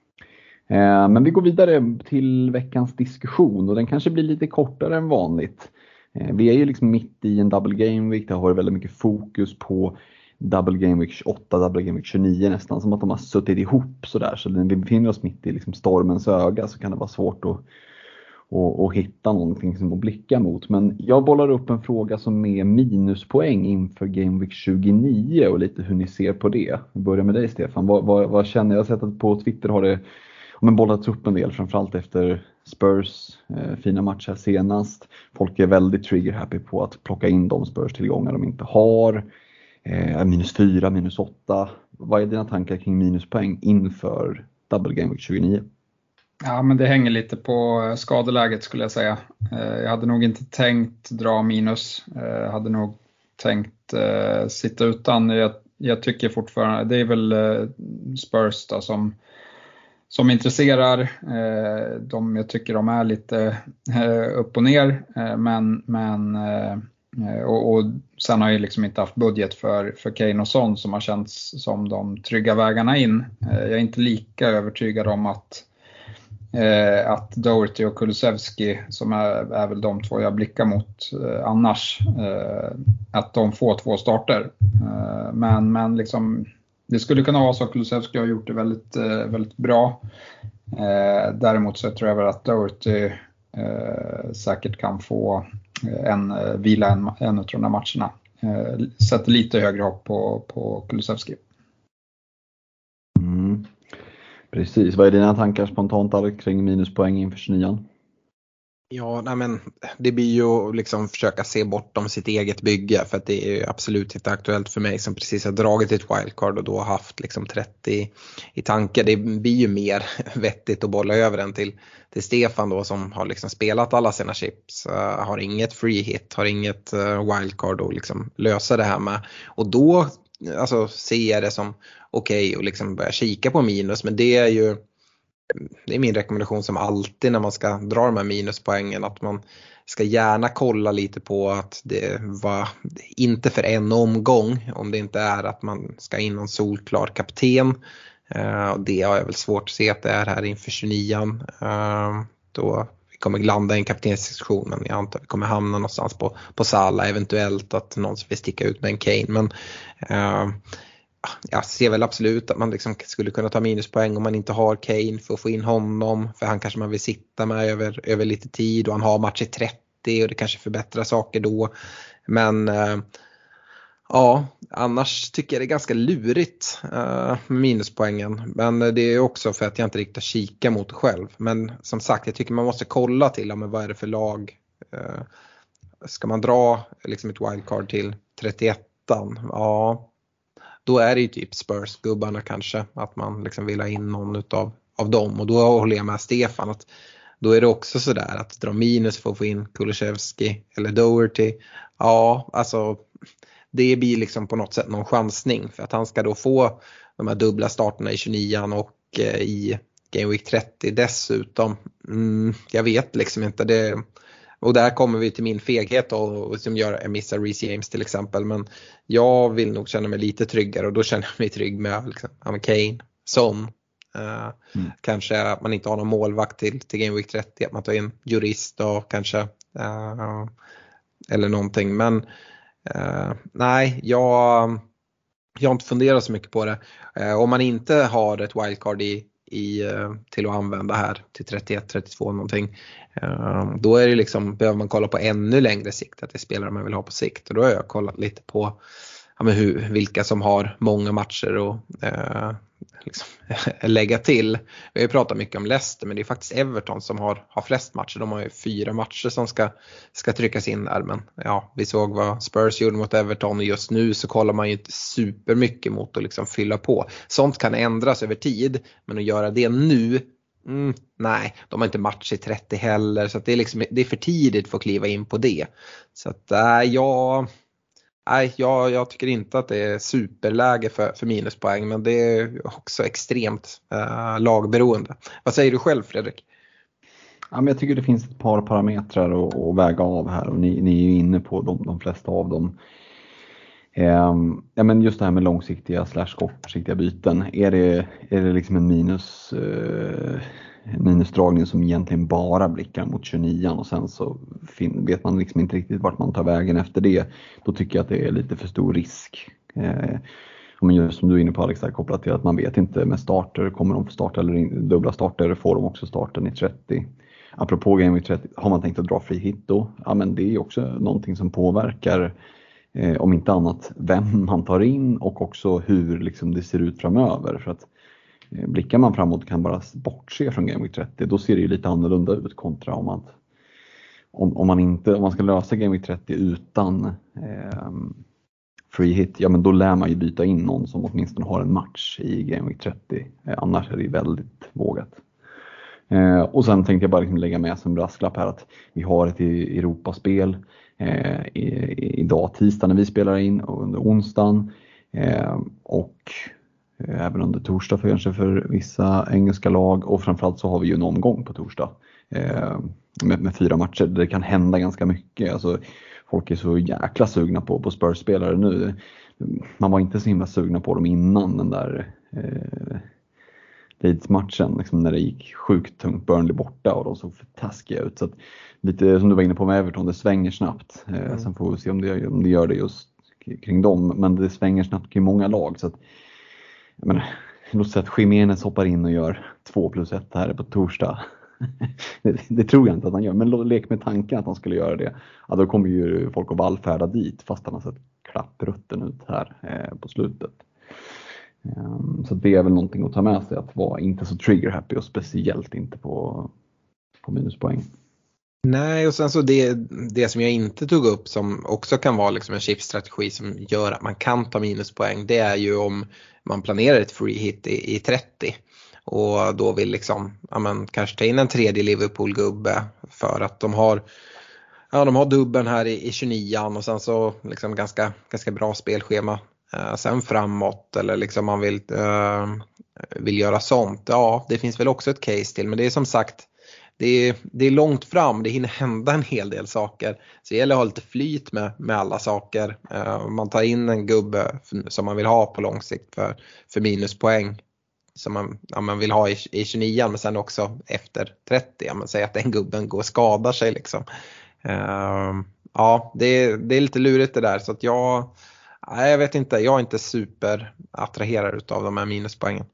Eh, men vi går vidare till veckans diskussion och den kanske blir lite kortare än vanligt. Eh, vi är ju liksom mitt i en double game week. Det har varit väldigt mycket fokus på double game week tjugoåtta, double game week tjugonio nästan som att de har suttit ihop sådär. Så när vi befinner oss mitt i liksom stormens öga så kan det vara svårt att Och, och hitta någonting som att blicka mot. Men jag bollar upp en fråga som är minuspoäng inför Game Week tjugonio och lite hur ni ser på det. Vi börjar med dig Stefan. Vad, vad, vad känner jag? Jag har sett att på Twitter har det men bollats upp en del, framförallt efter Spurs eh, fina match här senast. Folk är väldigt trigger happy på att plocka in de Spurs-tillgångar de inte har. Eh, minus fyra, minus åtta. Vad är dina tankar kring minuspoäng inför Double Game Week tjugonio? Ja, men det hänger lite på skadeläget skulle jag säga. Jag hade nog inte tänkt dra minus. Jag hade nog tänkt uh, sitta utan. Jag, jag tycker fortfarande, det är väl uh, Spurs då, som, som intresserar. Uh, de, jag tycker de är lite uh, upp och ner. Uh, men, men, uh, och, och sen har jag liksom inte haft budget för, för Kane och Son som har känts som de trygga vägarna in. Uh, jag är inte lika övertygad om att Eh, att Doherty och Kulusevski som är, är väl de två jag blickar mot eh, annars eh, att de får två starter eh, men, men liksom det skulle kunna vara så att Kulusevski har gjort det väldigt, eh, väldigt bra eh, däremot så tror jag väl att Doherty eh, säkert kan få än vila en, en av de här matcherna. Sätter lite högre hopp på, på Kulusevski. Mm. Precis, vad är dina tankar spontant Alex kring minuspoäng inför tjugonio? Ja, nej men det blir ju att liksom försöka se bortom sitt eget bygge, för att det är ju absolut inte aktuellt för mig som precis har dragit ett wildcard och då har haft liksom trettio i tanke. Det blir ju mer vettigt att bolla över den till, till Stefan då, som har liksom spelat alla sina chips, uh, har inget free hit, har inget uh, wildcard och liksom lösa det här med. Och då alltså, ser jag det som okej okay och liksom börja kika på minus, men det är ju det är min rekommendation som alltid när man ska dra de här minuspoängen, att man ska gärna kolla lite på att det var inte för en omgång, om det inte är att man ska in någon solklar kapten. Uh, det har jag väl svårt att se att det är här inför tjugonio. Uh, då vi kommer landa i en kaptensdiskussion, men jag antar att vi kommer hamna någonstans på, på Salah, eventuellt att någon vill sticka ut med en Kane. Men uh, jag ser väl absolut att man liksom skulle kunna ta minuspoäng om man inte har Kane för att få in honom. För han kanske man vill sitta med över, över lite tid och han har match i trettio och det kanske förbättrar saker då. Men äh, ja, annars tycker jag det är ganska lurigt äh, med minuspoängen. Men det är också för att jag inte riktigt kikar mot det själv. Men som sagt, jag tycker man måste kolla till ja, men vad är det för lag. Äh, ska man dra liksom ett wildcard till trettioett? Ja, då är det ju typ Spurs-gubbarna kanske, att man liksom vill ha in någon utav, av dem. Och då håller jag med Stefan att då är det också sådär att dra minus för att få in Kulusevski eller Doherty. Ja, alltså det blir liksom på något sätt någon chansning, för att han ska då få de här dubbla starterna i tjugonio och eh, i Game Week trettio dessutom. Mm, jag vet liksom inte det. Och där kommer vi till min feghet och som gör en missar Reece James till exempel. Men jag vill nog känna mig lite tryggare, och då känner jag mig trygg med liksom, Kane, Son. Uh, mm. Kanske att man inte har någon målvakt till, till Game Week trettio. Att man tar in jurist och kanske uh, eller någonting. Men uh, nej, jag, jag har inte funderat så mycket på det. Uh, om man inte har ett wildcard i I, till att använda här till trettioett trettiotvå någonting, då är det liksom, behöver man kolla på ännu längre sikt, att det är spelare man vill ha på sikt. Och då har jag kollat lite på ja, men hur, vilka som har många matcher och eh, liksom, lägga till. Vi har ju pratat mycket om Leicester, men det är faktiskt Everton som har, har flest matcher. De har ju fyra matcher som ska, ska tryckas in där. Men ja, vi såg vad Spurs gjorde mot Everton, och just nu så kollar man ju inte super mycket mot att liksom fylla på. Sånt kan ändras över tid, men att göra det nu, mm, nej, de har inte match i trettio heller, så att det är liksom, det är för tidigt för att kliva in på det. Så att äh, jag Nej, jag, jag tycker inte att det är superläge för, för minuspoäng, men det är också extremt äh, lagberoende. Vad säger du själv, Fredrik? Ja, men jag tycker det finns ett par parametrar att, att väga av här, och ni, ni är ju inne på de, de flesta av dem. Um, ja, men just det här med långsiktiga slash kortsiktiga byten, är det, är det liksom en minus... Uh, minusdragning som egentligen bara blickar mot tjugonio, och sen så fin- vet man liksom inte riktigt vart man tar vägen efter det, då tycker jag att det är lite för stor risk. Eh, men just som du är inne på, Alex, där, kopplat till att man vet inte med starter, kommer de få starta eller in, dubbla starter, får de också starten i trettio. Apropå Game Week trettio, har man tänkt att dra free hit då? Ja, men det är också någonting som påverkar eh, om inte annat vem man tar in, och också hur liksom det ser ut framöver. För att blickar man framåt kan bara bortse från Game Week trettio, då ser det ju lite annorlunda ut kontra om man, om, om man inte, om man ska lösa Game Week trettio utan eh, free hit, ja men då lär man ju byta in någon som åtminstone har en match i Game Week trettio, eh, annars är det väldigt vågat. Eh, och sen tänkte jag bara liksom lägga med som brasklapp här att vi har ett Europaspel eh, i, i, idag tisdag när vi spelar in, och under onsdagen eh, och även under torsdag för kanske för vissa engelska lag, och framförallt så har vi ju en omgång på torsdag eh, med, med fyra matcher. Det kan hända ganska mycket. Alltså, folk är så jäkla sugna på, på Spurs-spelare nu. Man var inte så himla sugna på dem innan den där eh, Leeds-matchen, liksom när det gick sjukt tungt, Burnley borta och de såg för taskiga ut. Så att, lite som du var inne på med Everton, det svänger snabbt. Eh, mm. Sen får vi se om det, om det gör det just kring dem, men det svänger snabbt kring många lag, så att men, låt säga att Jimenez hoppar in och gör två plus ett här på torsdag. det, det tror jag inte att han gör. Men lek med tanken att han skulle göra det. Ja, då kommer ju folk att vallfärda dit fast han har sett klapprutten ut här eh, på slutet. Um, så det är väl någonting att ta med sig, att vara inte så trigger happy och speciellt inte på, på minuspoäng. Nej, och sen så det, det som jag inte tog upp som också kan vara liksom en chipstrategi som gör att man kan ta minuspoäng, det är ju om man planerar ett free hit i, i trettio och då vill liksom, ja, men, kanske ta in en tredje Liverpool-gubbe för att de har, ja, de har dubben här i, i tjugonio och sen så liksom ganska, ganska bra spelschema eh, sen framåt, eller liksom man vill, eh, vill göra sånt. Ja, det finns väl också ett case till, men det är som sagt Det är, det är långt fram, det hinner hända en hel del saker. Så det gäller att ha lite flyt med, med alla saker. Uh, man tar in en gubbe som man vill ha på lång sikt för, för minuspoäng. Som man, ja, man vill ha i, i tjugonio, men sen också efter trettio. Ja, man säger att den gubben går och skadar sig liksom. Uh, ja, det, det är lite lurigt det där. Så att jag, jag vet inte, jag är inte super attraherad av de här minuspoängen.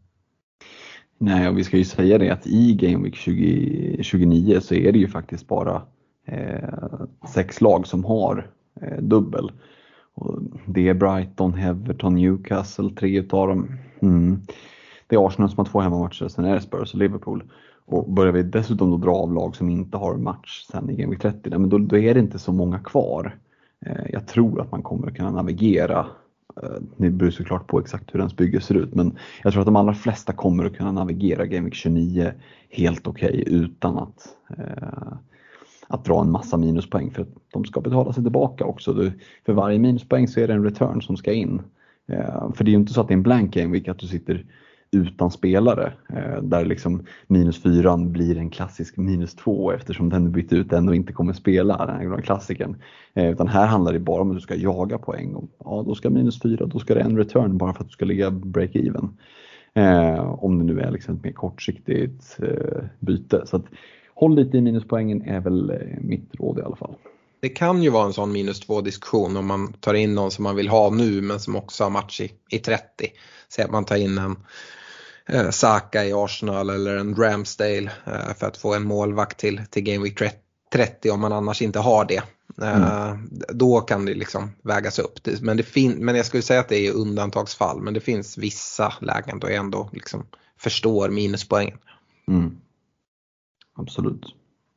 Nej, och vi ska ju säga det att i Game Week tjugo tjugonio så är det ju faktiskt bara eh, sex lag som har eh, dubbel. Och det är Brighton, Everton, Newcastle, tre utav dem. Mm. Det är Arsenal som har två hemmamatcher, sen är det Spurs och Liverpool. Och börjar vi dessutom då dra av lag som inte har match sen i Game Week trettio, men då, då är det inte så många kvar. Eh, jag tror att man kommer att kunna navigera. Det beror såklart på exakt hur ens bygge ser ut, men jag tror att de allra flesta kommer att kunna navigera Game Week tjugonio helt okej okay, utan att, eh, att dra en massa minuspoäng, för att de ska betala sig tillbaka också. Du, för varje minuspoäng så är det en return som ska in. Eh, för det är ju inte så att det är en blank Game Week att du sitter utan spelare, eh, där liksom minus fyran blir en klassisk minus två eftersom den bytt ut ändå inte kommer spela, den här klassikern. Eh, utan här handlar det bara om att du ska jaga poäng. Och, ja, då ska minus fyra, då ska det en return bara för att du ska ligga break-even. Eh, om det nu är liksom ett mer kortsiktigt eh, byte. Så att håll lite i minuspoängen är väl eh, mitt råd i alla fall. Det kan ju vara en sån minus två diskussion om man tar in någon som man vill ha nu men som också har match i, i trettio. Så att man tar in en eh, Saka i Arsenal eller en Ramsdale eh, för att få en målvakt till, till Game Week trettio om man annars inte har det. Eh, mm. Då kan det liksom vägas upp. Men, det fin- men jag skulle säga att det är undantagsfall, men det finns vissa lägen då jag ändå liksom förstår minuspoängen. Mm. Absolut.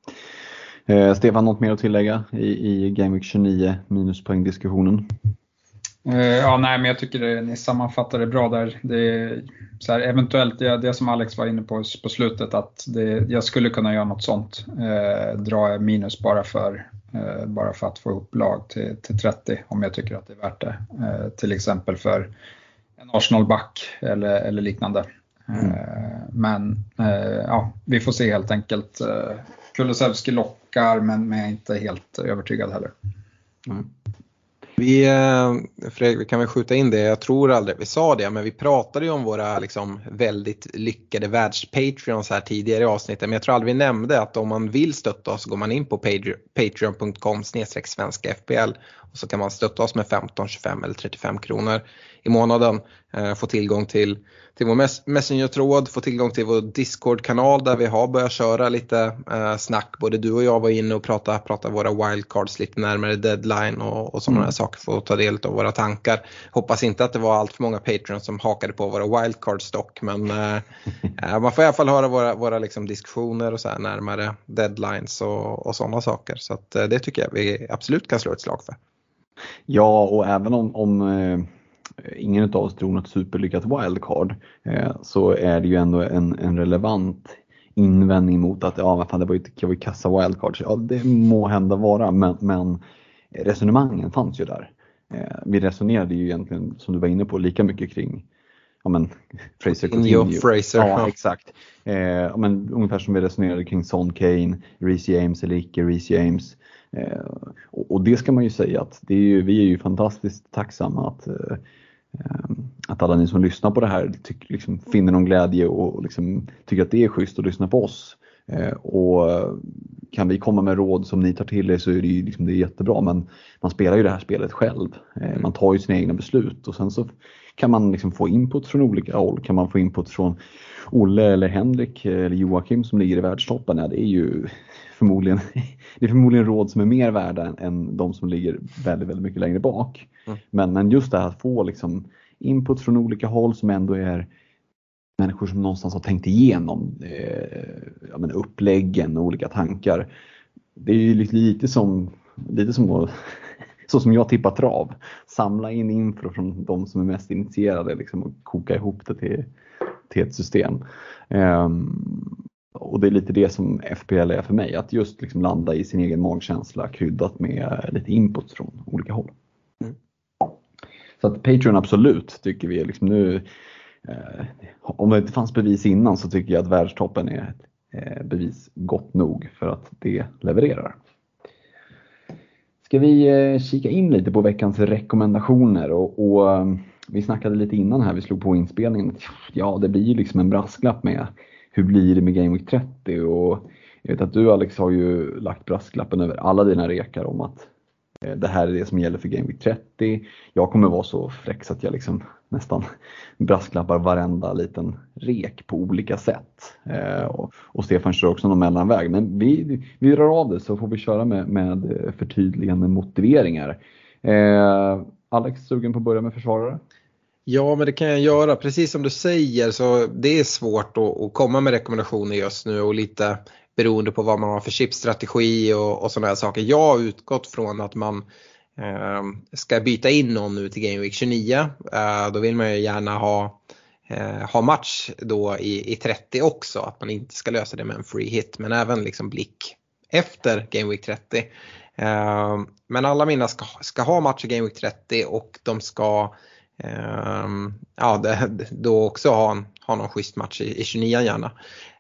Eh, Stefan, något mer att tillägga i, i Game Week tjugonio minuspoängdiskussionen? Uh, ja, nej, men jag tycker det, ni sammanfattar det bra där. Det är så här, eventuellt det, det som Alex var inne på på slutet, att det, jag skulle kunna göra något sånt. Uh, dra minus bara för, uh, bara för att få upp lag till, till trettio om jag tycker att det är värt det. Uh, till exempel för en Arsenal-back eller, eller liknande. Mm. Uh, men uh, ja, vi får se helt enkelt. Uh, Kulusevski lockar, men, men jag är inte helt övertygad heller. Mm. Vi, Fredrik, vi kan väl skjuta in det, jag tror aldrig vi sa det, men vi pratade ju om våra liksom väldigt lyckade världs-Patreons här tidigare i avsnittet, men jag tror aldrig vi nämnde att om man vill stötta oss så går man in på patreon punkt com snedstreck svenska F P L och så kan man stötta oss med femton, tjugofem eller trettiofem kronor i månaden, eh, få tillgång till, till vår mess- messenger-tråd, få tillgång till vår Discord-kanal där vi har börjat köra lite eh, snack. Både du och jag var inne och pratade, pratade våra wildcards lite närmare deadline och, och sådana mm. här saker för att ta del av våra tankar. Hoppas inte att det var allt för många Patreons som hakade på våra wildcards dock, men eh, man får i alla fall höra våra, våra liksom diskussioner och så här närmare deadlines och, och sådana saker. Så att, eh, det tycker jag vi absolut kan slå ett slag för. Ja, och även om, om eh, ingen av oss tror något superlyckat wildcard, eh, så är det ju ändå en, en relevant invändning mot att ja, vad fan, det var ju, det var ju kassa wildcards. Ja, det må hända vara, men, men resonemangen fanns ju där. Eh, vi resonerade ju egentligen, som du var inne på, lika mycket kring ja, men, Fraser Coutinho. Fraser. Ja, ja, exakt. Eh, ja, men, ungefär som vi resonerade kring Son Kane, Reece James eller icke Reece James. Eh, och, och det ska man ju säga att det är ju, vi är ju fantastiskt tacksamma att, eh, att alla ni som lyssnar på det här tyck, liksom, finner någon glädje och liksom, tycker att det är schysst att lyssna på oss. Eh, och kan vi komma med råd som ni tar till er så är det ju liksom, det är jättebra, men man spelar ju det här spelet själv. Eh, man tar ju sina egna beslut och sen så kan man liksom få input från olika håll. Kan man få input från Olle eller Henrik eller Joakim som ligger i världstoppen? Ja, det är ju förmodligen, det är förmodligen råd som är mer värda än, än de som ligger väldigt, väldigt mycket längre bak. Mm. Men, men just det här att få liksom input från olika håll som ändå är människor som någonstans har tänkt igenom eh, ja, men uppläggen och olika tankar. Det är ju lite, lite som lite som så som jag tippar trav. Samla in info från de som är mest initierade liksom, och koka ihop det till, till ett system. Um, och det är lite det som F P L är för mig. Att just liksom landa i sin egen magkänsla kryddat med lite input från olika håll. Mm. Så att Patreon absolut tycker vi är liksom nu. Eh, om det inte fanns bevis innan så tycker jag att världstoppen är ett eh, bevis gott nog för att det levererar. Ska vi eh, kika in lite på veckans rekommendationer och, och eh, vi snackade lite innan här, vi slog på inspelningen. Ja, det blir ju liksom en brasklapp med hur blir det med Game Week trettio och jag vet att du Alex har ju lagt brasklappen över alla dina rekar om att eh, det här är det som gäller för Game Week trettio. Jag kommer vara så fräck att jag liksom nästan brasklappar varenda liten rek på olika sätt. Eh, och, och Stefan kör också någon mellanväg. Men vi, vi rör av det så får vi köra med, med förtydligande motiveringar. Eh, Alex, sugen på att börja med försvarare? Ja, men det kan jag göra. Precis som du säger så det är svårt att, att komma med rekommendationer just nu och lite beroende på vad man har för chipstrategi och, och sådana här saker. Jag har utgått från att man eh, ska byta in någon nu till Game Week tjugonio. Eh, då vill man ju gärna ha, eh, ha match då i, i trettio också. Att man inte ska lösa det med en free hit, men även liksom blick efter Game Week trettio. Eh, men alla mina ska, ska ha match i Game Week trettio och de ska Um, ja, det, då också ha, en, ha någon schysst match i, i tjugonio gärna.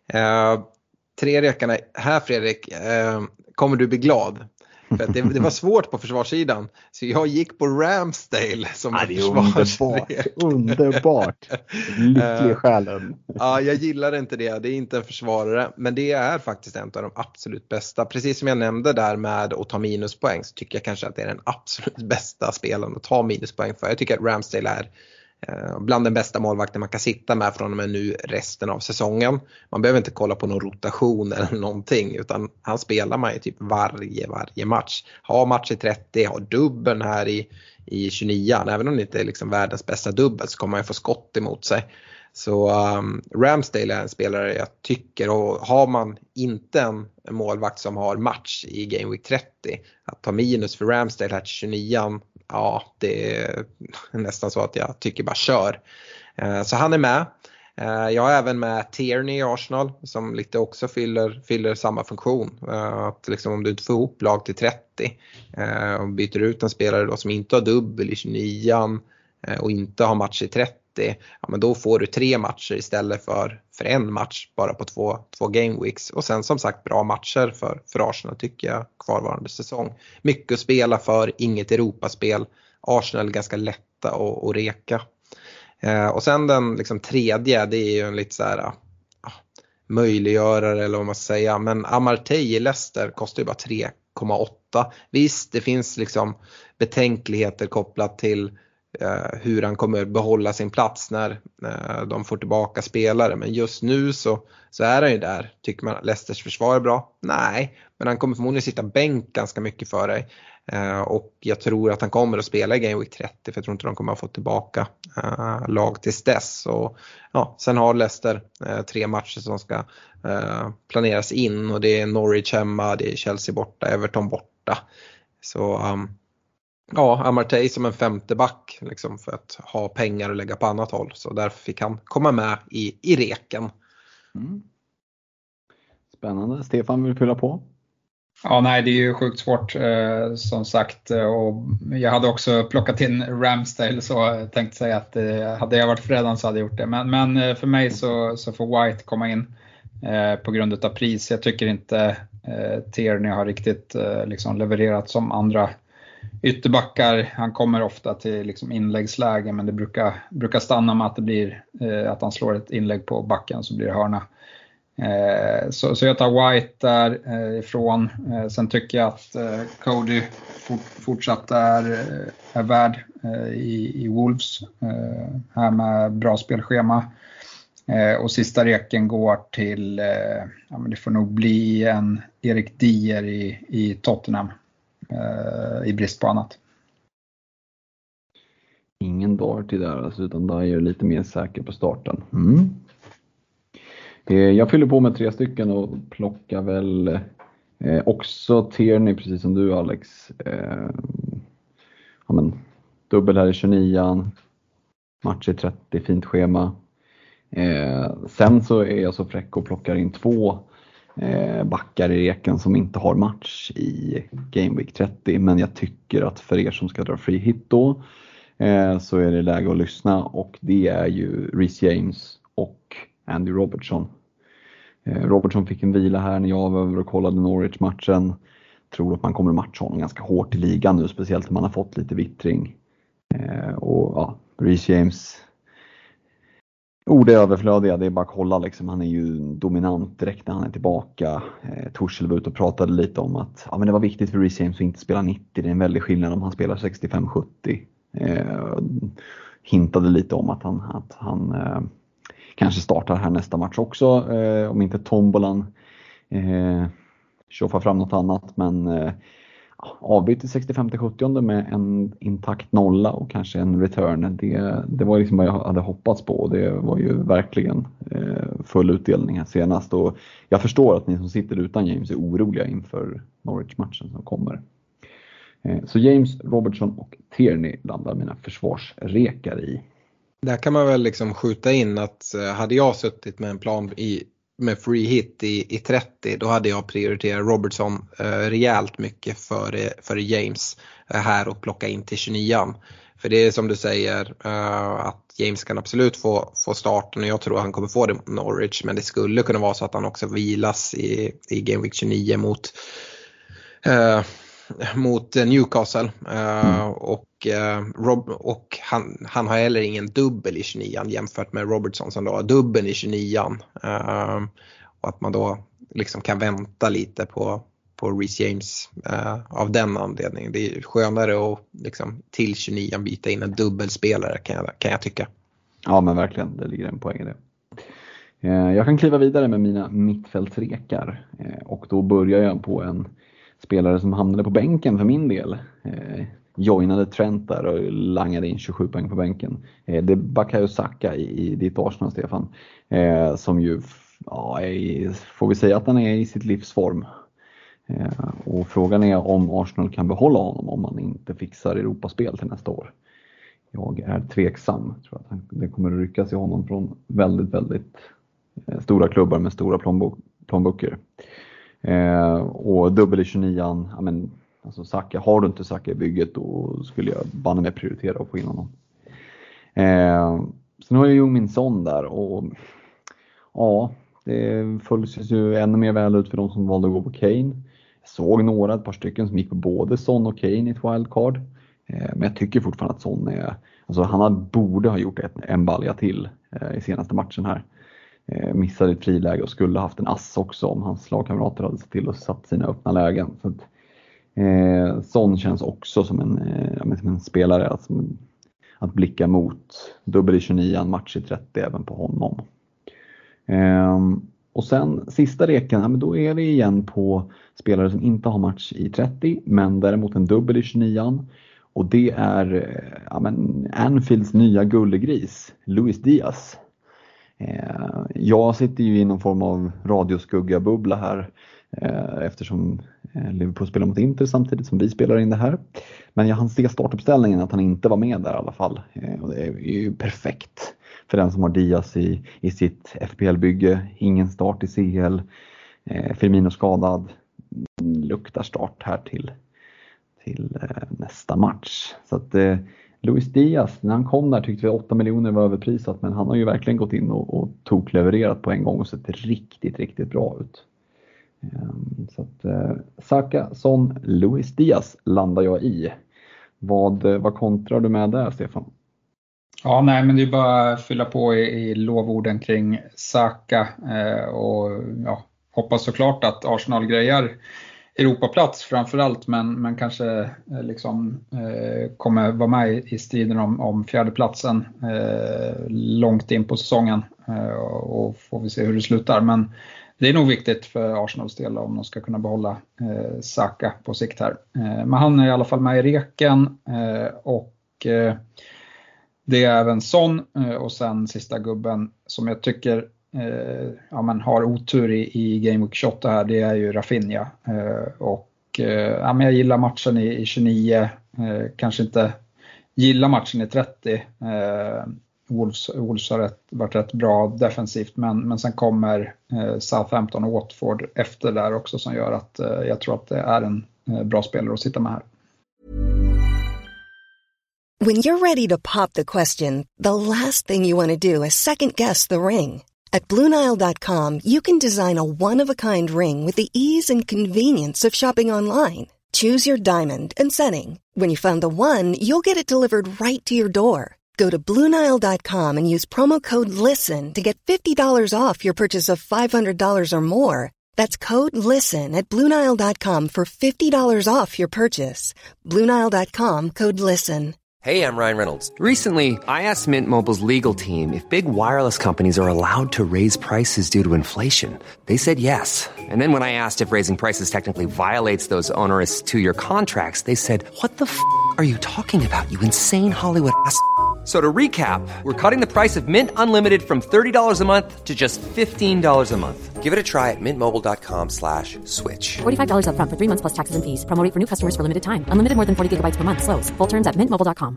Uh, tre rekarna här Fredrik, uh, kommer du bli glad? För att det, det var svårt på försvarssidan. Så jag gick på Ramsdale som ja, det är underbart, underbart. Lycklig själen. Ja, jag gillar inte det. Det är inte en försvarare. Men det är faktiskt en av de absolut bästa. Precis som jag nämnde där med att ta minuspoäng. Så tycker jag kanske att det är den absolut bästa spelaren att ta minuspoäng för. Jag tycker att Ramsdale är bland den bästa målvakten man kan sitta med från och med nu resten av säsongen. Man behöver inte kolla på någon rotation eller någonting, utan han spelar man ju typ varje, varje match. Har match i trettio, har dubbeln här i, i tjugonio. Även om det inte är liksom världens bästa dubbel så kommer man ju få skott emot sig. Så um, Ramsdale är en spelare jag tycker, och har man inte en, en målvakt som har match i Game Week trettio, att ta minus för Ramsdale här till tjugonio, ja, det är nästan så att jag tycker bara kör. Uh, så han är med. Uh, jag har även med Tierney i Arsenal som lite också fyller, fyller samma funktion. Uh, att liksom om du inte får ihop lag till trettio uh, och byter ut en spelare då som inte har dubbel i tjugonio uh, och inte har match i trettio, ja, men då får du tre matcher istället för, för en match bara på två, två game weeks. Och sen som sagt bra matcher för, för Arsenal tycker jag kvarvarande säsong. Mycket att spela för, inget Europaspel. Arsenal är ganska lätta att, att reka. Eh, och sen den liksom tredje, det är ju en lite så här ah, möjliggörare eller vad man ska säga. Men Amartey i Leicester kostar ju bara tre komma åtta. Visst, det finns liksom betänkligheter kopplat till Uh, hur han kommer behålla sin plats när uh, de får tillbaka spelare. Men just nu så, så är han ju där. Tycker man att Leicesters försvar är bra? Nej, men han kommer förmodligen sitta bänk ganska mycket för dig. Uh, och jag tror att han kommer att spela i Game Week trettio, för jag tror inte de kommer att få tillbaka uh, lag tills dess. Och, ja, sen har Leicester uh, tre matcher som ska uh, planeras in, och det är Norwich hemma, det är Chelsea borta, Everton borta. Så um, ja, Amartey som en femte back liksom, för att ha pengar att lägga på annat håll. Så därför fick han komma med i, i reken. Mm. Spännande. Stefan, vill du fylla på? Ja, nej, det är ju sjukt svårt eh, som sagt. Och jag hade också plockat in Ramsdale, så jag tänkte säga att eh, hade jag varit fredan så hade jag gjort det. Men, men eh, för mig så, så får White komma in eh, på grund av pris. Jag tycker inte eh, Tierney har riktigt eh, liksom levererat som andra ytterbackar. Han kommer ofta till liksom inläggsläge, men det brukar, brukar stanna med att det blir eh, att han slår ett inlägg på backen så blir det hörna. Eh, så, så jag tar White där eh, ifrån. Eh, sen tycker jag att eh, Cody fort, fortsatt är, är värd eh, i, i Wolves. Eh, här med bra spelschema. Eh, och sista reken går till, eh, ja, men det får nog bli en Erik Dier i, i Tottenham. Eh, I brist på annat. Ingen Doherty där alltså, utan Dier är lite mer säker på starten. Mm. Jag fyller på med tre stycken och plockar väl eh, också Tierney, precis som du Alex. Eh, ja, men, dubbel här i tjugonio, match i trettio, fint schema. Eh, sen så är jag så fräck och plockar in två eh, backar i reken som inte har match i Game Week trettio. Men jag tycker att för er som ska dra free hit då eh, så är det läge att lyssna, och det är ju Reece James och Andy Robertson. Eh, Robertson fick en vila här när jag var över och kollade Norwich-matchen. Tror att man kommer att matcha honom ganska hårt i ligan nu, speciellt om man har fått lite vittring. Eh, och ja, Reece James, ord är överflödiga, det är bara att kolla liksom. Han är ju dominant direkt när han är tillbaka. Eh, Torshäll var ute och pratade lite om att ja, men det var viktigt för Reece James att inte spela nittio. Det är en väldig skillnad om han spelar sextiofem sjuttio. Eh, hintade lite om att han, att han eh, kanske startar här nästa match också. Eh, om inte Tombolan eh, tjoffar fram något annat. Men eh, avbyte sextiofem sjuttio med en intakt nolla och kanske en return. Det, det var liksom vad jag hade hoppats på, och det var ju verkligen eh, full utdelning här senast. Och jag förstår att ni som sitter utan James är oroliga inför Norwich-matchen som kommer. Eh, så James, Robertson och Tierney landar mina försvarsrekar i. Där kan man väl liksom skjuta in att hade jag suttit med en plan i med free hit i, i trettio, då hade jag prioriterat Robertson eh, rejält mycket före, före James eh, här och plocka in till tjugonio. För det är som du säger eh, att James kan absolut få, få starten, och jag tror att han kommer få det mot Norwich, men det skulle kunna vara så att han också vilas i, i Game Week tjugonio mot eh, mot Newcastle uh, och, uh, Rob, och han, han har heller ingen dubbel i tjugonio jämfört med Robertson som då har dubbel i tjugonio, uh, och att man då liksom kan vänta lite på, på Reece James uh, av den anledningen. Det är skönare att liksom, till tjugonio byta in en dubbelspelare kan jag, kan jag tycka. Ja, men verkligen, det ligger en poäng i det. Jag kan kliva vidare med mina mittfältsrekar, och då börjar jag på en spelare som hamnade på bänken för min del. Eh, joinade Trent där och langade in tjugosju poäng på bänken. Eh, det är Bukayo Saka i, i ditt Arsenal, Stefan. Eh, som ju, ja, är, får vi säga att han är i sitt livsform. Eh, och frågan är om Arsenal kan behålla honom om man inte fixar Europaspel till nästa år. Jag är tveksam. Jag tror att han, det kommer att ryckas i honom från väldigt, väldigt eh, stora klubbar med stora plånbok, plånböcker. Eh, och dubbel i tjugonio, ja, men, alltså Saka, har du inte Saka i bygget, då skulle jag banne med prioritera och få in honom. Eh, sen har jag ju min son där, och ja, det följs ju ännu mer väl ut för de som valde att gå på Kane. Jag såg några, ett par stycken som gick på både Son och Kane i ett wildcard. Eh, men jag tycker fortfarande att Son är, alltså han borde ha gjort ett, en balja till eh, i senaste matchen här. Eh, missade ett friläge och skulle haft en ass också om hans lagkamrater hade sett till och satt sina öppna lägen. Så att, eh, Son känns också som en, eh, som en spelare att, som, att blicka mot. Dubbel i tjugonio, match i trettio även på honom. Eh, och sen sista reken, ja, men då är det igen på spelare som inte har match i trettio, men däremot en dubbel i tjugonio. Och det är ja, men Anfields nya gullegris, Luis Diaz. Jag sitter ju i någon form av radioskugga-bubbla här eftersom Liverpool spelar mot Inter samtidigt som vi spelar in det här. Men jag hann se startuppställningen att han inte var med där i alla fall. Och det är ju perfekt för den som har Diaz i, i sitt F P L-bygge. Ingen start i C L. Firmino skadad. Luktar start här till, till nästa match. Så att Luis Diaz, när han kom där tyckte vi åtta miljoner var överprisat, men han har ju verkligen gått in och, och tog levererat på en gång och sett riktigt, riktigt bra ut. Um, så att uh, Saka, Son, Luis Diaz landar jag i. Vad, vad kontrar du med där, Stefan? Ja, nej, men det är bara att fylla på i, i lovorden kring Saka eh, och ja, hoppas såklart att Arsenal grejar Europaplats framförallt, men, men kanske eh, liksom eh, kommer vara med i striden om, om fjärdeplatsen eh, långt in på säsongen eh, och får vi se hur det slutar. Men det är nog viktigt för Arsenals del om de ska kunna behålla eh, Saka på sikt här. Eh, men han är i alla fall med i reken eh, och eh, det är även Son eh, och sen sista gubben som jag tycker eh, ja, men har otur i, i Game Week tjugoåtta här, det är ju Rafinha. Eh, och eh, ja, men jag gillar matchen i, i tjugonio, eh, kanske inte gillar matchen i trettio. Eh, Wolves, Wolves har rätt, varit rätt bra defensivt, men, men sen kommer eh, Southampton och Watford efter där också som gör att eh, jag tror att det är en eh, bra spelare att sitta med här. When you're ready to pop the question, the last thing you want to do is second guess the ring. At Blue Nile dot com, you can design a one-of-a-kind ring with the ease and convenience of shopping online. Choose your diamond and setting. When you find the one, you'll get it delivered right to your door. Go to Blue Nile dot com and use promo code LISTEN to get fifty dollars off your purchase of five hundred dollars or more. That's code LISTEN at Blue Nile dot com for fifty dollars off your purchase. Blue Nile dot com, code LISTEN. Hey, I'm Ryan Reynolds. Recently, I asked Mint Mobile's legal team if big wireless companies are allowed to raise prices due to inflation. They said yes. And then when I asked if raising prices technically violates those onerous two-year contracts, they said, what the f*** are you talking about, you insane Hollywood ass f- So to recap, we're cutting the price of Mint Unlimited from thirty dollars a month to just fifteen dollars a month. Give it a try at mintmobile.com slash switch. forty-five dollars up front for three months plus taxes and fees. Promo rate for new customers for limited time. Unlimited more than forty gigabytes per month. Slows full terms at mint mobile dot com.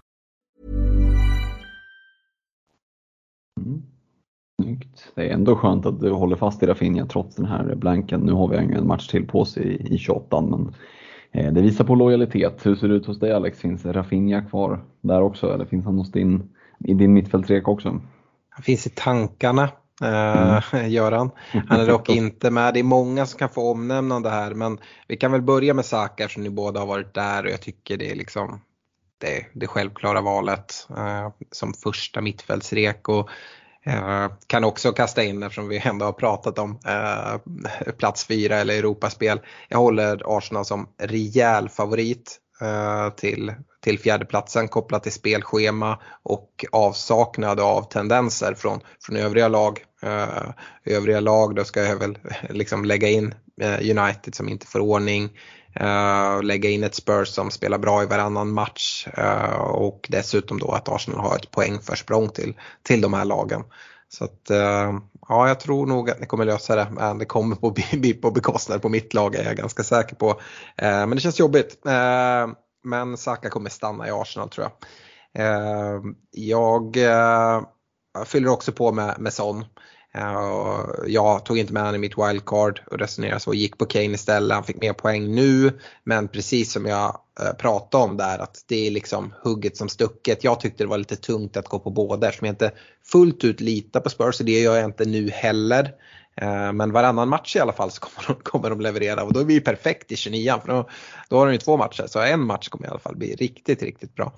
Mm. Snyggt. Det är ändå skönt att du håller fast i Rafinha trots den här blanken. Nu har vi en match till på sig i, i tjugoåtta, men eh, det visar på lojalitet. Hur ser det ut hos dig, Alex? Finns Rafinha kvar där också? Eller finns han hos din, i din mittfältrek också? Han finns i tankarna. Uh, Göran. Han är dock inte med. Det är många som kan få omnämnande här, men vi kan väl börja med Saka eftersom ni båda har varit där och jag tycker det är liksom det, det självklara valet uh, som första mittfältsrek och uh, kan också kasta in eftersom vi ändå har pratat om uh, plats fyra eller Europaspel. Jag håller Arsenal som rejäl favorit uh, till till fjärdeplatsen kopplat till spelschema och avsaknad av tendenser från, från övriga lag. Uh, övriga lag, då ska jag väl liksom lägga in uh, United som inte får ordning, uh, lägga in ett Spurs som spelar bra i varannan match uh, och dessutom då att Arsenal har ett poängförsprång till, till de här lagen. Så att, uh, ja, jag tror nog att ni kommer lösa det, men det kommer på, på bekostnad på mitt lag är jag ganska säker på. Uh, men det känns jobbigt. Uh, Men Saka kommer stanna i Arsenal tror jag. Eh, jag eh, fyller också på med, med Son. Eh, jag tog inte med han i mitt wildcard och resonerade så och gick på Kane istället. Han fick mer poäng nu. Men precis som jag eh, pratade om där, att det är liksom hugget som stucket. Jag tyckte det var lite tungt att gå på båda eftersom jag inte fullt ut litar på Spurs. Så det gör jag inte nu heller. Men varannan match i alla fall så kommer de, kommer de leverera och då är vi perfekt i tjugonio för då, då har de ju två matcher så en match kommer i alla fall bli riktigt, riktigt bra.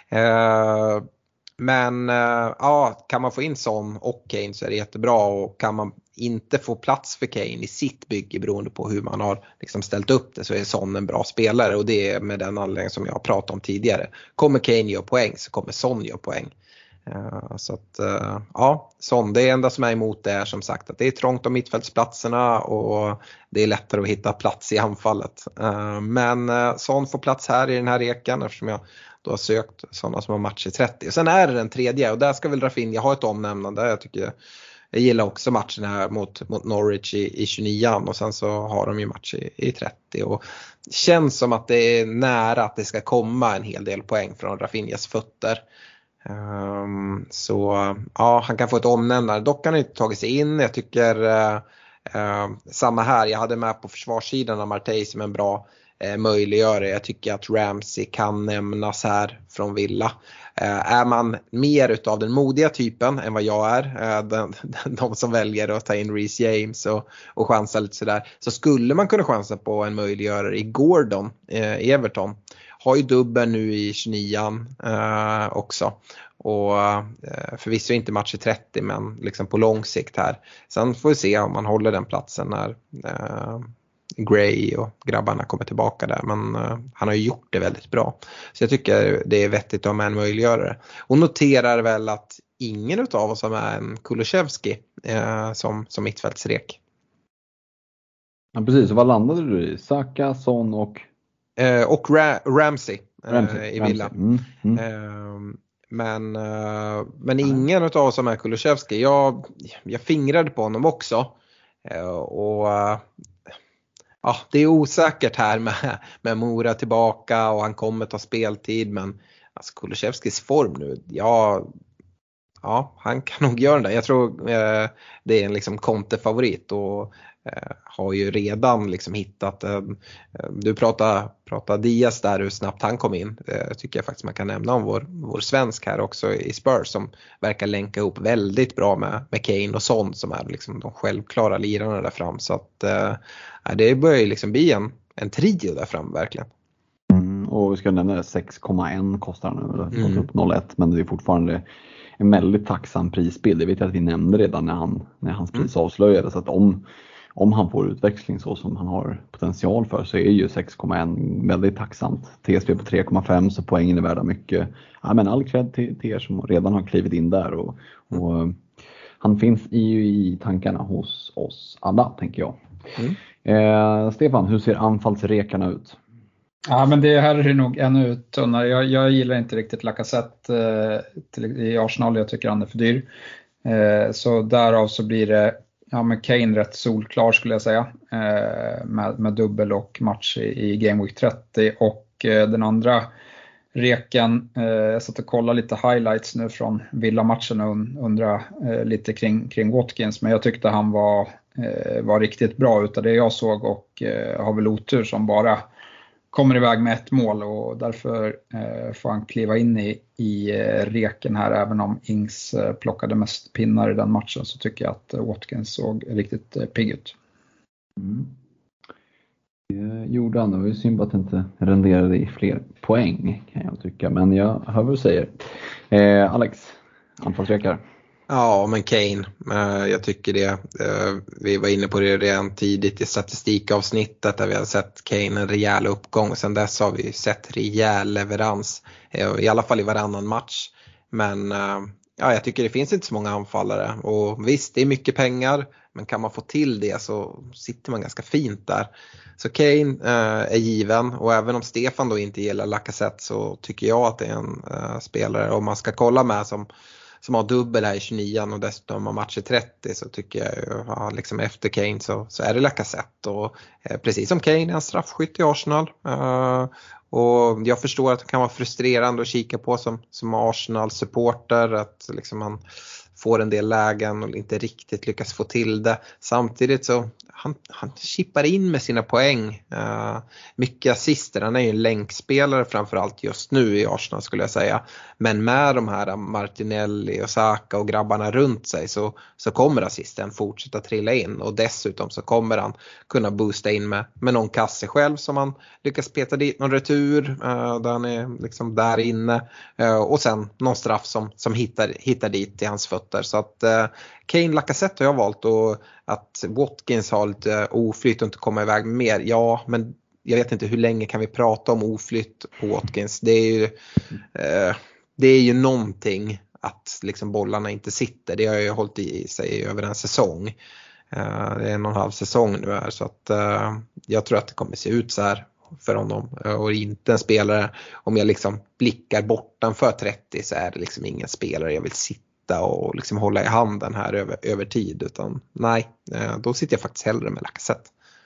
Men ja, kan man få in Son och Kane så är det jättebra och kan man inte få plats för Kane i sitt bygge beroende på hur man har liksom ställt upp det så är Son en bra spelare och det är med den anledningen som jag har pratat om tidigare. Kommer Kane göra poäng så kommer Son göra poäng. Uh, så att uh, ja, Son, det enda som är emot det är som sagt att det är trångt om mittfältsplatserna och det är lättare att hitta plats i anfallet. Uh, men uh, Son får plats här i den här reken eftersom jag då har sökt sådana som har match i trettio. Och sen är det den tredje och där ska väl Rafinha ha ett omnämnande. Jag tycker jag gillar också matchen här mot, mot Norwich i, i tjugonio och sen så har de ju match i, i trettio och känns som att det är nära att det ska komma en hel del poäng från Rafinhas fötter. Um, så ja, han kan få ett omnämnande. Dock kan han inte tagit sig in. Jag tycker uh, uh, samma här, jag hade med på försvarssidan av Martey som en bra uh, möjliggörare. Jag tycker att Ramsey kan nämnas här från Villa. uh, Är man mer utav den modiga typen än vad jag är, uh, den, den, de som väljer att ta in Reece James och, och chansa lite sådär, så skulle man kunna chansa på en möjliggörare i Gordon uh, i Everton. har ju dubbel nu i tjugonio eh, också. Och eh, förvisso inte match i trettio, men liksom på lång sikt här. Sen får vi se om man håller den platsen när eh, Gray och grabbarna kommer tillbaka där. Men eh, han har ju gjort det väldigt bra. Så jag tycker det är vettigt om en möjliggörare. Och noterar väl att ingen av oss har med en Kulusevski eh, som, som mittfältsrek. Ja, precis. Och vad landade du i? Saka, Son och? Eh, och Ra- Ramsey, eh, Ramsey i Villa. Mm, mm. Eh, men eh, men ingen av oss som är Kulusevski. Jag, jag fingrade på honom också. Eh, och eh, ja, det är osäkert här med, med Mora tillbaka och han kommer ta speltid. Men alltså, Kulusevskis form nu, jag... Ja, han kan nog göra det. Jag tror eh, det är en liksom Conte-favorit och eh, har ju redan liksom hittat, eh, du pratar, pratar Diaz där hur snabbt han kom in. Eh, tycker jag faktiskt man kan nämna om vår, vår svensk här också i Spurs som verkar länka ihop väldigt bra med, med Kane och Son som är liksom de självklara lirarna där fram. Så att eh, det börjar ju liksom bli en, en trio där fram verkligen. Mm, och vi ska nämna det, sex komma ett kostar nu, eller Mm. upp noll ett, men det är fortfarande en väldigt tacksam prisbild. Det vet jag att vi nämnde redan när, han, när hans pris avslöjades, att om, om han får utväxling så som han har potential för så är ju sex komma ett väldigt tacksamt. T S P på tre komma fem, så poängen är värda mycket. Ja, men all cred till, till er som redan har klivit in där och, och han finns ju i tankarna hos oss alla, tänker jag. Mm. Eh, Stefan, hur ser anfallsrekarna ut? Ja, men det här är nog ännu tunnare. Jag, jag gillar inte riktigt Lacazette eh, till, i Arsenal. Jag tycker han är för dyr. Eh, så därav så blir det ja, med Kane rätt solklar skulle jag säga. Eh, med, med dubbel och match i, i Game Week trettio. Och eh, den andra reken, eh, jag satt och kollade lite highlights nu från Villa-matchen och undrar eh, lite kring, kring Watkins. Men jag tyckte han var, eh, var riktigt bra utav det jag såg och eh, har väl otur som bara kommer iväg med ett mål och därför eh, får han kliva in i, i eh, reken här. Även om Ings eh, plockade mest pinnar i den matchen så tycker jag att eh, Watkins såg riktigt eh, pigg ut. Mm. Det gjorde han. Det var ju synd att det inte renderade i fler poäng kan jag tycka. Men jag hör vad du säger. Eh, Alex, anfallsrekar. Ja, men Kane, jag tycker det. Vi var inne på det redan tidigt i statistikavsnittet där vi har sett Kane en rejäl uppgång. Sen dess har vi sett rejäl leverans, i alla fall i varannan match. Men ja, jag tycker det finns inte så många anfallare. Och visst, det är mycket pengar, men kan man få till det så sitter man ganska fint där. Så Kane är given, och även om Stefan då inte gillar Lacazette så tycker jag att det är en spelare om man ska kolla med som som har dubbel här i tjugonio och dessutom har match i trettio, så tycker jag ju, ja, liksom efter Kane så, så är det Lacazette. Och eh, precis som Kane är en straffskytt i Arsenal. Uh, och jag förstår att det kan vara frustrerande att kika på som, som Arsenal-supporter, att liksom man får en del lägen och inte riktigt lyckas få till det. Samtidigt så han, han chippar in med sina poäng. Uh, mycket assister. Han är ju en länkspelare framförallt just nu i Arsenal skulle jag säga. Men med de här Martinelli och Saka och grabbarna runt sig så, så kommer assisten fortsätta trilla in. Och dessutom så kommer han kunna boosta in med, med någon kasse själv som han lyckas peta dit någon retur. Uh, där han är liksom där inne. Uh, och sen någon straff som, som hittar, hittar dit i hans fötter. Så att uh, Kane, Lacazette har jag valt, och att Watkins har lite oflytt och inte komma iväg med mer. Ja, men jag vet inte hur länge kan vi prata om oflytt på Watkins. Det är ju, eh, det är ju någonting att liksom bollarna inte sitter. Det har ju hållit i sig över en säsong. Eh, det är en och en halv säsong nu här, så att eh, jag tror att det kommer se ut så här för honom, och inte en spelare, om jag liksom blickar bortanför trettio så är det liksom ingen spelare jag vill sitta och liksom hålla i handen här över, över tid, utan nej, då sitter jag faktiskt hellre med Lacazette.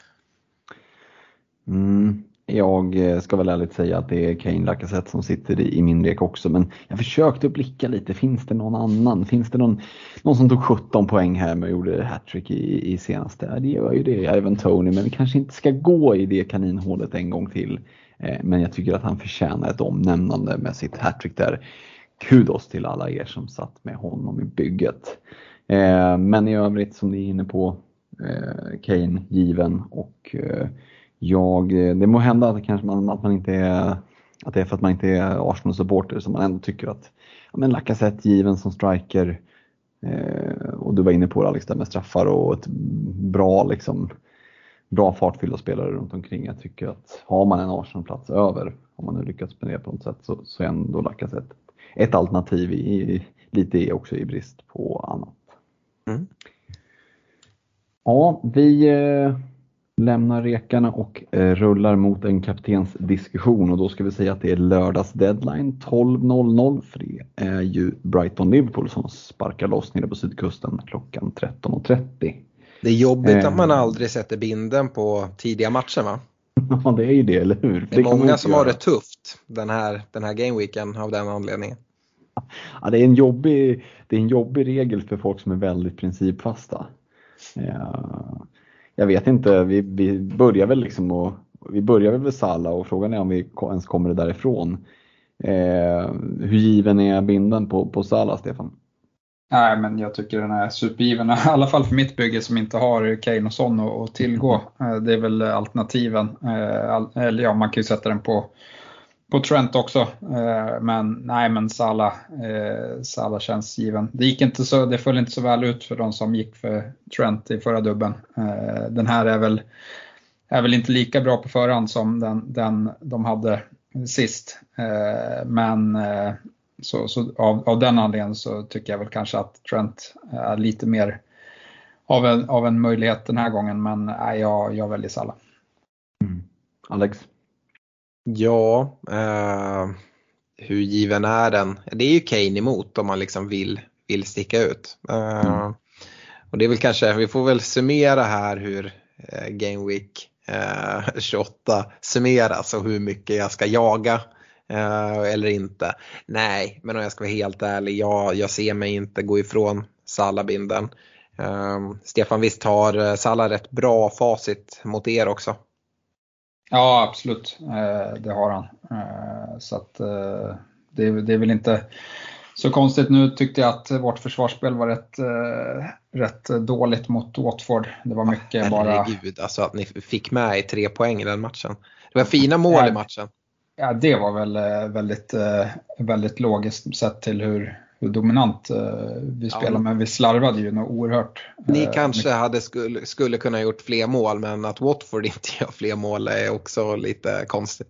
Mm, jag ska väl ärligt säga att det är Kane, Lacazette som sitter i, i min rek också, men jag försökte blicka lite, finns det någon annan? Finns det någon, någon som tog sjutton poäng här med och gjorde hattrick i, i senaste? Det var ju det, även Tony, men vi kanske inte ska gå i det kaninhålet en gång till, eh, men jag tycker att han förtjänar ett omnämnande med sitt hattrick där. Kudos till alla er som satt med honom i bygget. Eh, men i övrigt som ni är inne på, eh, Kane given, och eh, jag, det må hända att, kanske man, att man inte är att det är för att man inte är Arsenal-supporter som man ändå tycker att ja, men Lacazette given som striker, eh, och du var inne på det, Alex, där med straffar och ett bra liksom bra fartfyllda spelare runt omkring. Jag tycker att har man en Arsenal-plats över, om man nu lyckats spendera på något sätt, så, så är ändå Lacazette ett alternativ i, i, lite i, också i brist på annat. Mm. Ja, vi eh, lämnar rekarna och eh, rullar mot en kaptensdiskussion, och då ska vi säga att det är lördags deadline tolv noll noll, för det är ju Brighton-Liverpool som sparkar loss nere på sydkusten klockan tretton trettio. Det är jobbigt eh, att man aldrig sätter binden på tidiga matcher, va? Ja, det är ju det, eller hur? Det är det många som göra. har det tufft den här, den här gameweeken av den anledningen. Ja, det är en jobbig, det är en jobbig regel för folk som är väldigt principfasta. Ja, jag vet inte, vi, vi börjar väl liksom och, vi börjar väl med Salah, och frågan är om vi ens kommer det därifrån. Eh, hur given är binden på, på Salah, Stefan? Nej, men jag tycker den är supergiven, i alla fall för mitt bygge som inte har Kane och Son att tillgå. Det är väl alternativen. Eller ja, man kan ju sätta den på, på Trent också. Men nej, men Salah, Salah känns given. Det gick inte så, det föll inte så väl ut för de som gick för Trent i förra dubben. Den här är väl, är väl inte lika bra på förhand som den, den de hade sist. Men Så, så av, av den anledningen så tycker jag väl kanske att Trent är lite mer av en, av en möjlighet den här gången. Men nej, jag, jag väljer Salah. Mm. Alex? Ja, eh, hur given är den? Det är ju Kane emot om man liksom vill, vill sticka ut. Eh, mm. Och det är väl kanske, vi får väl summera här hur eh, Game Week eh, tjugoåtta summeras och hur mycket jag ska jaga. Uh, eller inte. Nej, men om jag ska vara helt ärlig, jag, jag ser mig inte gå ifrån Salah-binden. uh, Stefan, visst har Salah rätt bra facit mot er också? Ja, absolut, uh, det har han. uh, Så att uh, det, det är väl inte så konstigt. Nu tyckte jag att vårt försvarsspel var rätt, uh, rätt dåligt mot Watford. Det var mycket ja, bara... Herregud, alltså att ni fick med i tre poäng i den matchen. Det var fina mål ja. i matchen. Ja, det var väl väldigt, väldigt logiskt sett till hur, hur dominant vi spelade. Ja. Men vi slarvade ju något oerhört. Ni kanske mycket. hade skulle, skulle kunna gjort fler mål, men att Watford inte gör fler mål är också lite konstigt.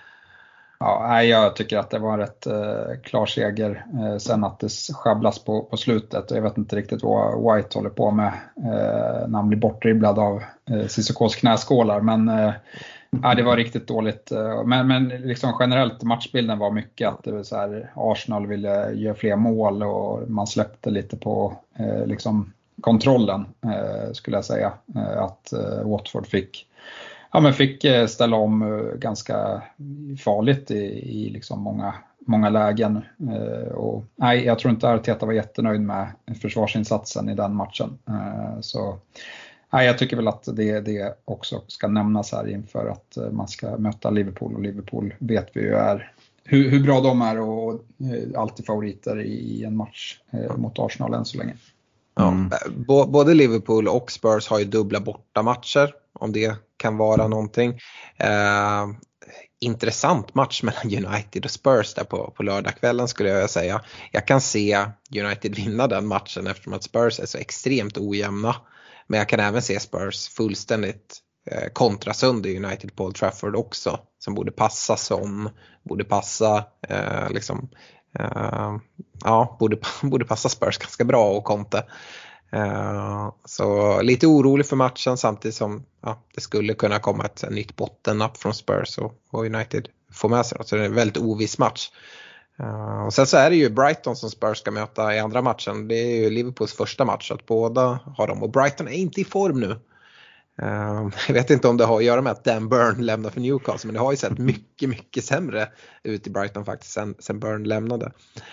Ja, jag tycker att det var en rätt klar seger. Sen att det schabblas på, på slutet. Jag vet inte riktigt vad White håller på med när han blir bortdribblad av Sissokos knäskålar. Men ja, det var riktigt dåligt. Men, men liksom generellt matchbilden var mycket att det var så här, Arsenal ville göra fler mål och man släppte lite på eh, liksom kontrollen eh, skulle jag säga. Eh, att eh, Watford fick, ja, men fick eh, ställa om eh, ganska farligt i, i liksom många, många lägen. Eh, och, nej, jag tror inte Arteta var jättenöjd med försvarsinsatsen i den matchen. Eh, så... Nej, jag tycker väl att det, det också ska nämnas här inför att man ska möta Liverpool. Och Liverpool vet vi ju är hur, hur bra de är och eh, alltid favoriter i en match eh, mot Arsenal än så länge. Mm. Ja, b- både Liverpool och Spurs har ju dubbla bortamatcher, om det kan vara någonting. Eh, intressant match mellan United och Spurs där på, på lördagskvällen skulle jag säga. Jag kan se United vinna den matchen eftersom att Spurs är så extremt ojämna. Men jag kan även se Spurs fullständigt eh, kontra sönder United på Old Trafford också. Som borde passa som, borde passa eh, liksom, eh, ja, borde, borde passa Spurs ganska bra och Conte. Eh, så lite orolig för matchen samtidigt som ja, det skulle kunna komma ett, ett nytt bottennapp från Spurs och, och United får med sig. Så det är en väldigt oviss match. Uh, och sen så är det ju Brighton som Spurs ska möta i andra matchen. Det är ju Liverpools första match, så att båda har dem. Och Brighton är inte i form nu. Uh, jag vet inte om det har att göra med att Dan Burn lämnar för Newcastle, men det har ju sett mycket, mycket sämre ut i Brighton faktiskt sen, sen Burn lämnade.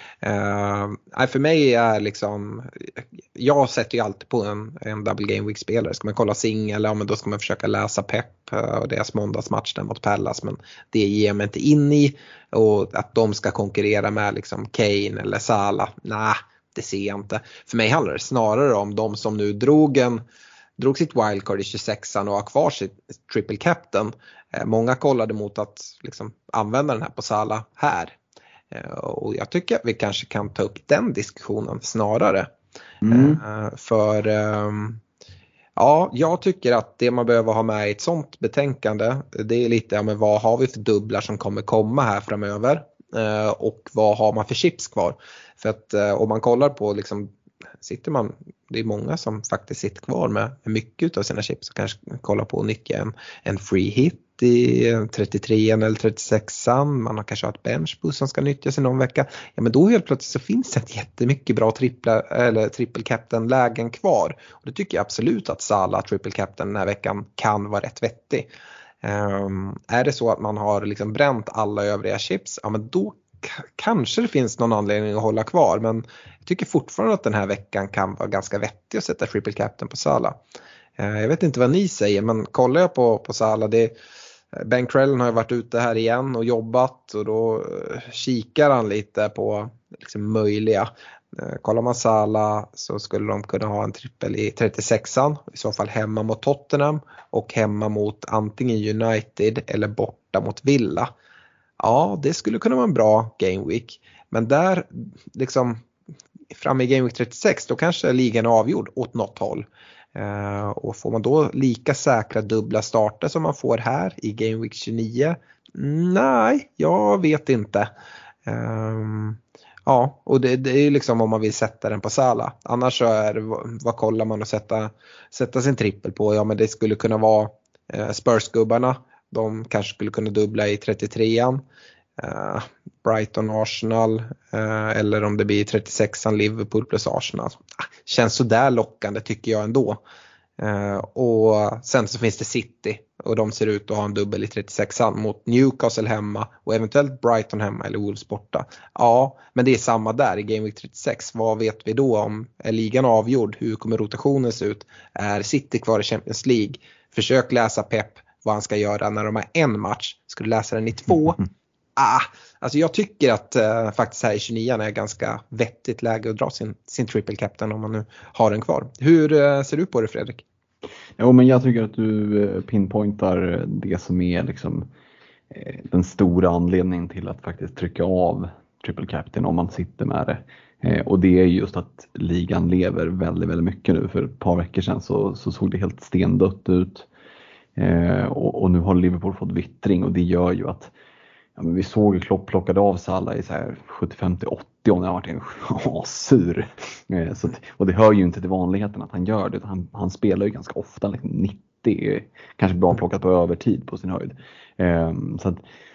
Uh, för mig är liksom, jag sätter ju alltid på en, en double game week-spelare. Ska man kolla singel, ja, men då ska man försöka läsa Pep och deras måndagsmatch där mot Palace, men det ger mig inte in i. Och att de ska konkurrera med liksom Kane eller Salah, nej, det ser jag inte. För mig handlar det snarare om de som nu drog en drog sitt wildcard i tjugosexan och har kvar sitt triple captain. Eh, många kollade mot att liksom använda den här på Salah här. Eh, och jag tycker att vi kanske kan ta upp den diskussionen snarare. Mm. Eh, för eh, ja, jag tycker att det man behöver ha med i ett sånt betänkande, det är lite, ja, men vad har vi för dubblar som kommer komma här framöver? Eh, och vad har man för chips kvar? För att eh, om man kollar på liksom, sitter man, det är många som faktiskt sitter kvar med mycket av sina chips och kanske kollar på och nyttja en, en free hit i trettiotre eller trettiosexan. Man har kanske ett benchboost som ska nyttjas i någon vecka. Ja, men då helt plötsligt så finns det jättemycket bra trippla, eller triple captain lägen kvar. Och det tycker jag absolut att Salah triple captain den här veckan kan vara rätt vettig. Um, är det så att man har liksom bränt alla övriga chips, ja men då k- kanske det finns någon anledning att hålla kvar. Men jag tycker fortfarande att den här veckan kan vara ganska vettig att sätta triple captain på Salah. Uh, jag vet inte vad ni säger, men kollar jag på, på Salah, det, Ben Crellin har ju varit ute här igen och jobbat, och då uh, kikar han lite på liksom möjliga. Uh, kollar man Salah så skulle de kunna ha en trippel i trettiosexan, i så fall hemma mot Tottenham och hemma mot antingen United eller borta mot Villa. Ja, det skulle kunna vara en bra game week, men där liksom framme i game week trettiosex då kanske ligan är avgjord åt något håll. Uh, och får man då lika säkra dubbla starter som man får här i game week tjugonio? Nej, jag vet inte. Um, ja, och det, det är ju liksom om man vill sätta den på Salah. Annars så är det, vad kollar man att sätta, sätta sin trippel på? Ja, men det skulle kunna vara uh, Spurs-gubbarna. De kanske skulle kunna dubbla i trettiotrean. Uh, Brighton, Arsenal, uh, eller om det blir trettiosexan Liverpool plus Arsenal. Uh, känns så där lockande tycker jag ändå. Uh, och sen så finns det City, och de ser ut att ha en dubbel i trettiosexan mot Newcastle hemma och eventuellt Brighton hemma eller Wolves borta. Ja, men det är samma där i Game Week trettiosex. Vad vet vi då om? Är ligan avgjord? Hur kommer rotationen se ut? Är City kvar i Champions League? Försök läsa Pep vad han ska göra när de har en match. Ska du läsa den i två? Ah, alltså jag tycker att uh, faktiskt här i tjugonio är ganska vettigt läge att dra sin, sin triple captain om man nu har den kvar. Hur uh, ser du på det, Fredrik? Jo, men jag tycker att du pinpointar det som är liksom eh, den stora anledningen till att faktiskt trycka av triple captain om man sitter med det. Eh, och det är just att ligan lever väldigt, väldigt mycket nu. För ett par veckor sedan så, så såg det helt stendött ut. Eh, och, och nu har Liverpool fått vittring, och det gör ju att ja, men vi såg ju Klopp plockade av Salah i så här sjuttiofem till åttio och när han var en sur. Eh, så att, och det hör ju inte till vanligheten att han gör det. Han, han spelar ju ganska ofta liksom nittio, kanske bara plockat på övertid på sin höjd. Eh, så att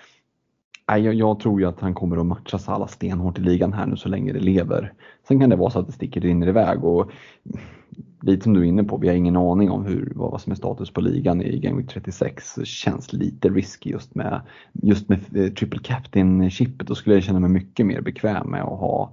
Jag, jag tror ju att han kommer att matcha Salah stenhårt i ligan här nu så länge det lever. Sen kan det vara så att det sticker rinner iväg, och lite som du är inne på, vi har ingen aning om hur, vad som är status på ligan i Game Week trettiosex. Det känns lite risky just med, just med eh, triple captain-chippet. Då skulle jag känna mig mycket mer bekväm med att ha,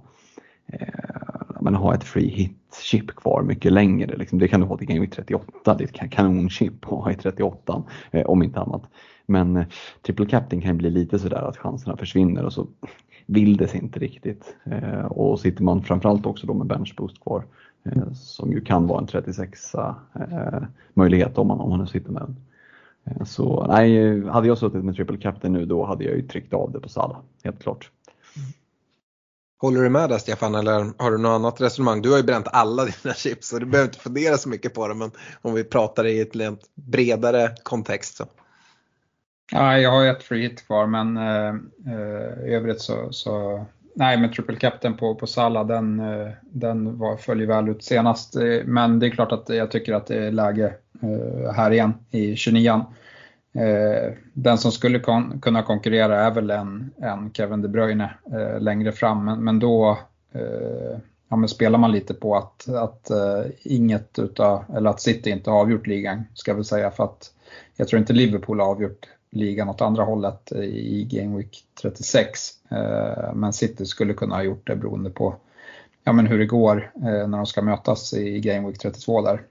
eh, men ha ett free hit-chip kvar mycket längre. Liksom, det kan du ha till Game Week trettioåtta, det är ett kanonchip att ha i trettioåtta, eh, om inte annat. Men eh, triple captain kan bli lite sådär att chanserna försvinner, och så vill det sig inte riktigt. Eh, och sitter man framförallt också då med bench boost kvar, eh, som ju kan vara en trettiosexa eh, möjlighet om man, om man nu sitter med den. Eh, så nej, hade jag suttit med triple captain nu, då hade jag ju tryckt av det på Salah, helt klart. Håller du med där, Stefan, eller har du något annat resonemang? Du har ju bränt alla dina chips, så du behöver inte fundera så mycket på det, men om vi pratar i ett lite bredare kontext så. Ja, jag har ju ett free hit kvar, men eh, i övrigt så, så nej, men triple captain på, på Salah, den, eh, den var, följer väl ut senast. Men det är klart att jag tycker att det är läge eh, här igen i tjugonio. Eh, den som skulle kon- kunna konkurrera är väl en, en Kevin De Bruyne eh, längre fram, men, men då eh, ja, men spelar man lite på att, att eh, inget utav, eller att City inte har avgjort ligan, ska jag väl säga, för att jag tror inte Liverpool har avgjort ligan åt andra hållet i Game Week trettiosex, men City skulle kunna ha gjort det beroende på ja, men hur det går när de ska mötas i Game Week trettiotvå där.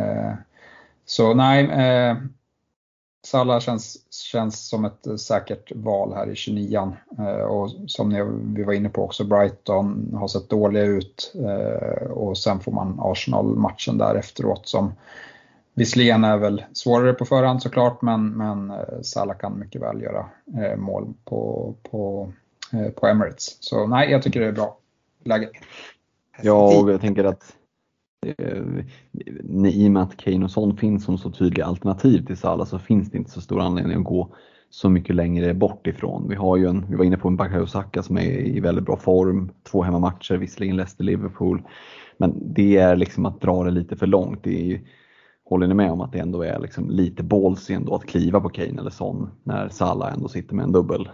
Så nej, Salah känns, känns som ett säkert val här i tjugonio, och som ni, vi var inne på också, Brighton har sett dåliga ut, och sen får man Arsenal-matchen där efteråt som visserligen är väl svårare på förhand såklart, men, men Salah kan mycket väl göra eh, mål på, på, eh, på Emirates. Så nej, jag tycker det är bra läge. Ja, och jag tänker att eh, i och med att Kane och Son finns som så tydliga alternativ till Salah, så finns det inte så stor anledning att gå så mycket längre bort ifrån. Vi har ju en, vi var inne på en Bukayo Saka som är i väldigt bra form, två hemmamatcher, visserligen Leicester Liverpool, men det är liksom att dra det lite för långt. Det är ju, håller ni med om att det ändå är liksom lite ballsy ändå att kliva på Kane eller Son när Salah ändå sitter med en dubbel?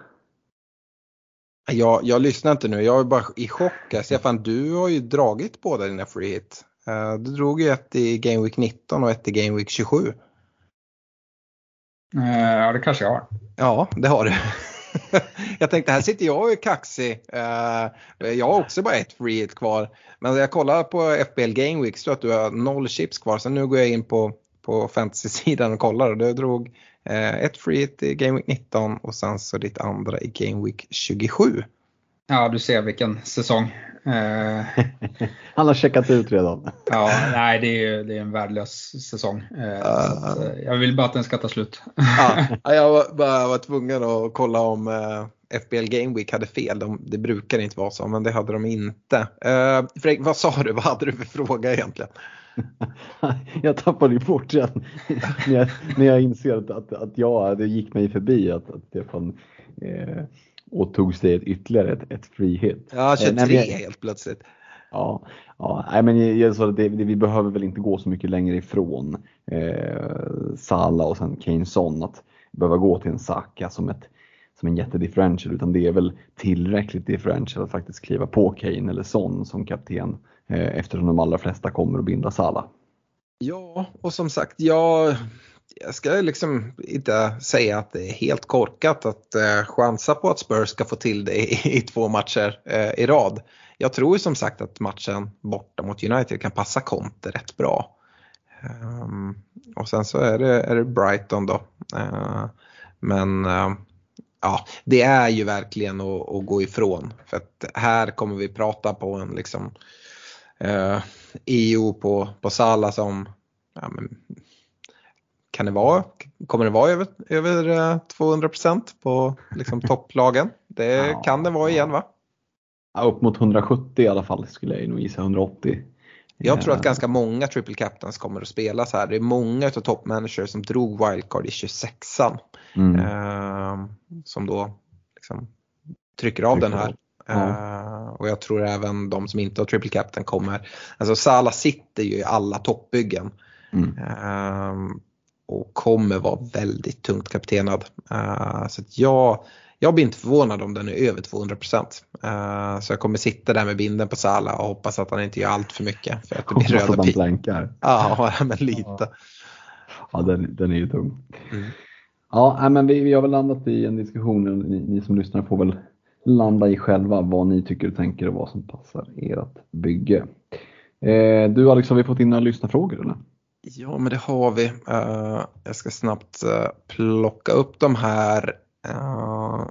Jag, jag lyssnar inte nu, jag är bara i chock. Stefan, du har ju dragit båda dina free hit. Du drog ju ett i Game Week nitton och ett i Game Week tjugosju. Ja, det kanske jag har. Ja, det har du. Jag tänkte, här sitter jag och är kaxig. Jag har också bara ett free hit kvar. Men jag kollar på F B L Game Week så att du har noll chips kvar. Så nu går jag in på, på fantasy-sidan och kollar. Och du drog ett free hit i Game Week nitton och sen så ditt andra i Game Week tjugosju. Ja, du ser vilken säsong. Han har checkat ut redan. Ja, nej, det är, det är en värdelös säsong. Uh, så att, jag vill bara att den ska ta slut. Ja, jag var, bara var tvungen att kolla om uh, F B L Game Week hade fel. De, det brukar inte vara så, men det hade de inte. Uh, Fredrik, vad sa du? Vad hade du för fråga egentligen? Jag tappade ju bort den när, jag, när jag inser att, att, att jag, det gick mig förbi att, att Stefan eh, åtog sig ett, ytterligare ett, ett free hit. Ja, tjugotre eh, nej, helt plötsligt. Ja, ja nej, men jag, jag, så det, det, vi behöver väl inte gå så mycket längre ifrån eh, Salah och sen Kane Son att behöva gå till en Saka som, ett, som en jättedifferential, utan det är väl tillräckligt differential att faktiskt kliva på Kane eller Son som kapten eh, eftersom de allra flesta kommer att binda Salah. Ja, och som sagt, jag, jag ska liksom inte säga att det är helt korkat att eh, chansa på att Spurs ska få till det i, i två matcher eh, i rad. Jag tror som sagt att matchen borta mot United kan passa Conte rätt bra. Um, och sen så är det, är det Brighton då. Uh, men uh, ja, det är ju verkligen att, att gå ifrån. För att här kommer vi prata på en liksom uh, E O på, på Salah som ja, men, kan det vara, kommer det vara över, över uh, tvåhundra procent på liksom, topplagen? Det ja, kan det vara igen, va? Ja, upp mot hundrasjuttio i alla fall skulle jag nog gissa, hundraåttio. Jag tror att ganska många triple captains kommer att spela så här. Det är många av toppmanagers som drog wildcard i tjugosexan. Mm. Eh, som då liksom trycker av trycker den här. Ja. Eh, och jag tror även de som inte har triple captain kommer. Alltså Salah sitter ju i alla toppbyggen. Mm. Eh, och kommer vara väldigt tungt kaptenad. Eh, så att jag... Jag blir inte förvånad om den är över tvåhundra procent. Uh, så jag kommer sitta där med binden på Salah och hoppas att han inte gör allt för mycket. För att det blir röda pil. Ja, men lite. Ja, den, den är ju tung. Mm. Ja, men vi, vi har väl landat i en diskussion. Ni, ni som lyssnar får väl landa i själva vad ni tycker och tänker och vad som passar ert bygge. Eh, du Alex, har vi fått in några lyssnarfrågor eller? Ja, men det har vi. Uh, jag ska snabbt uh, plocka upp de här. Uh,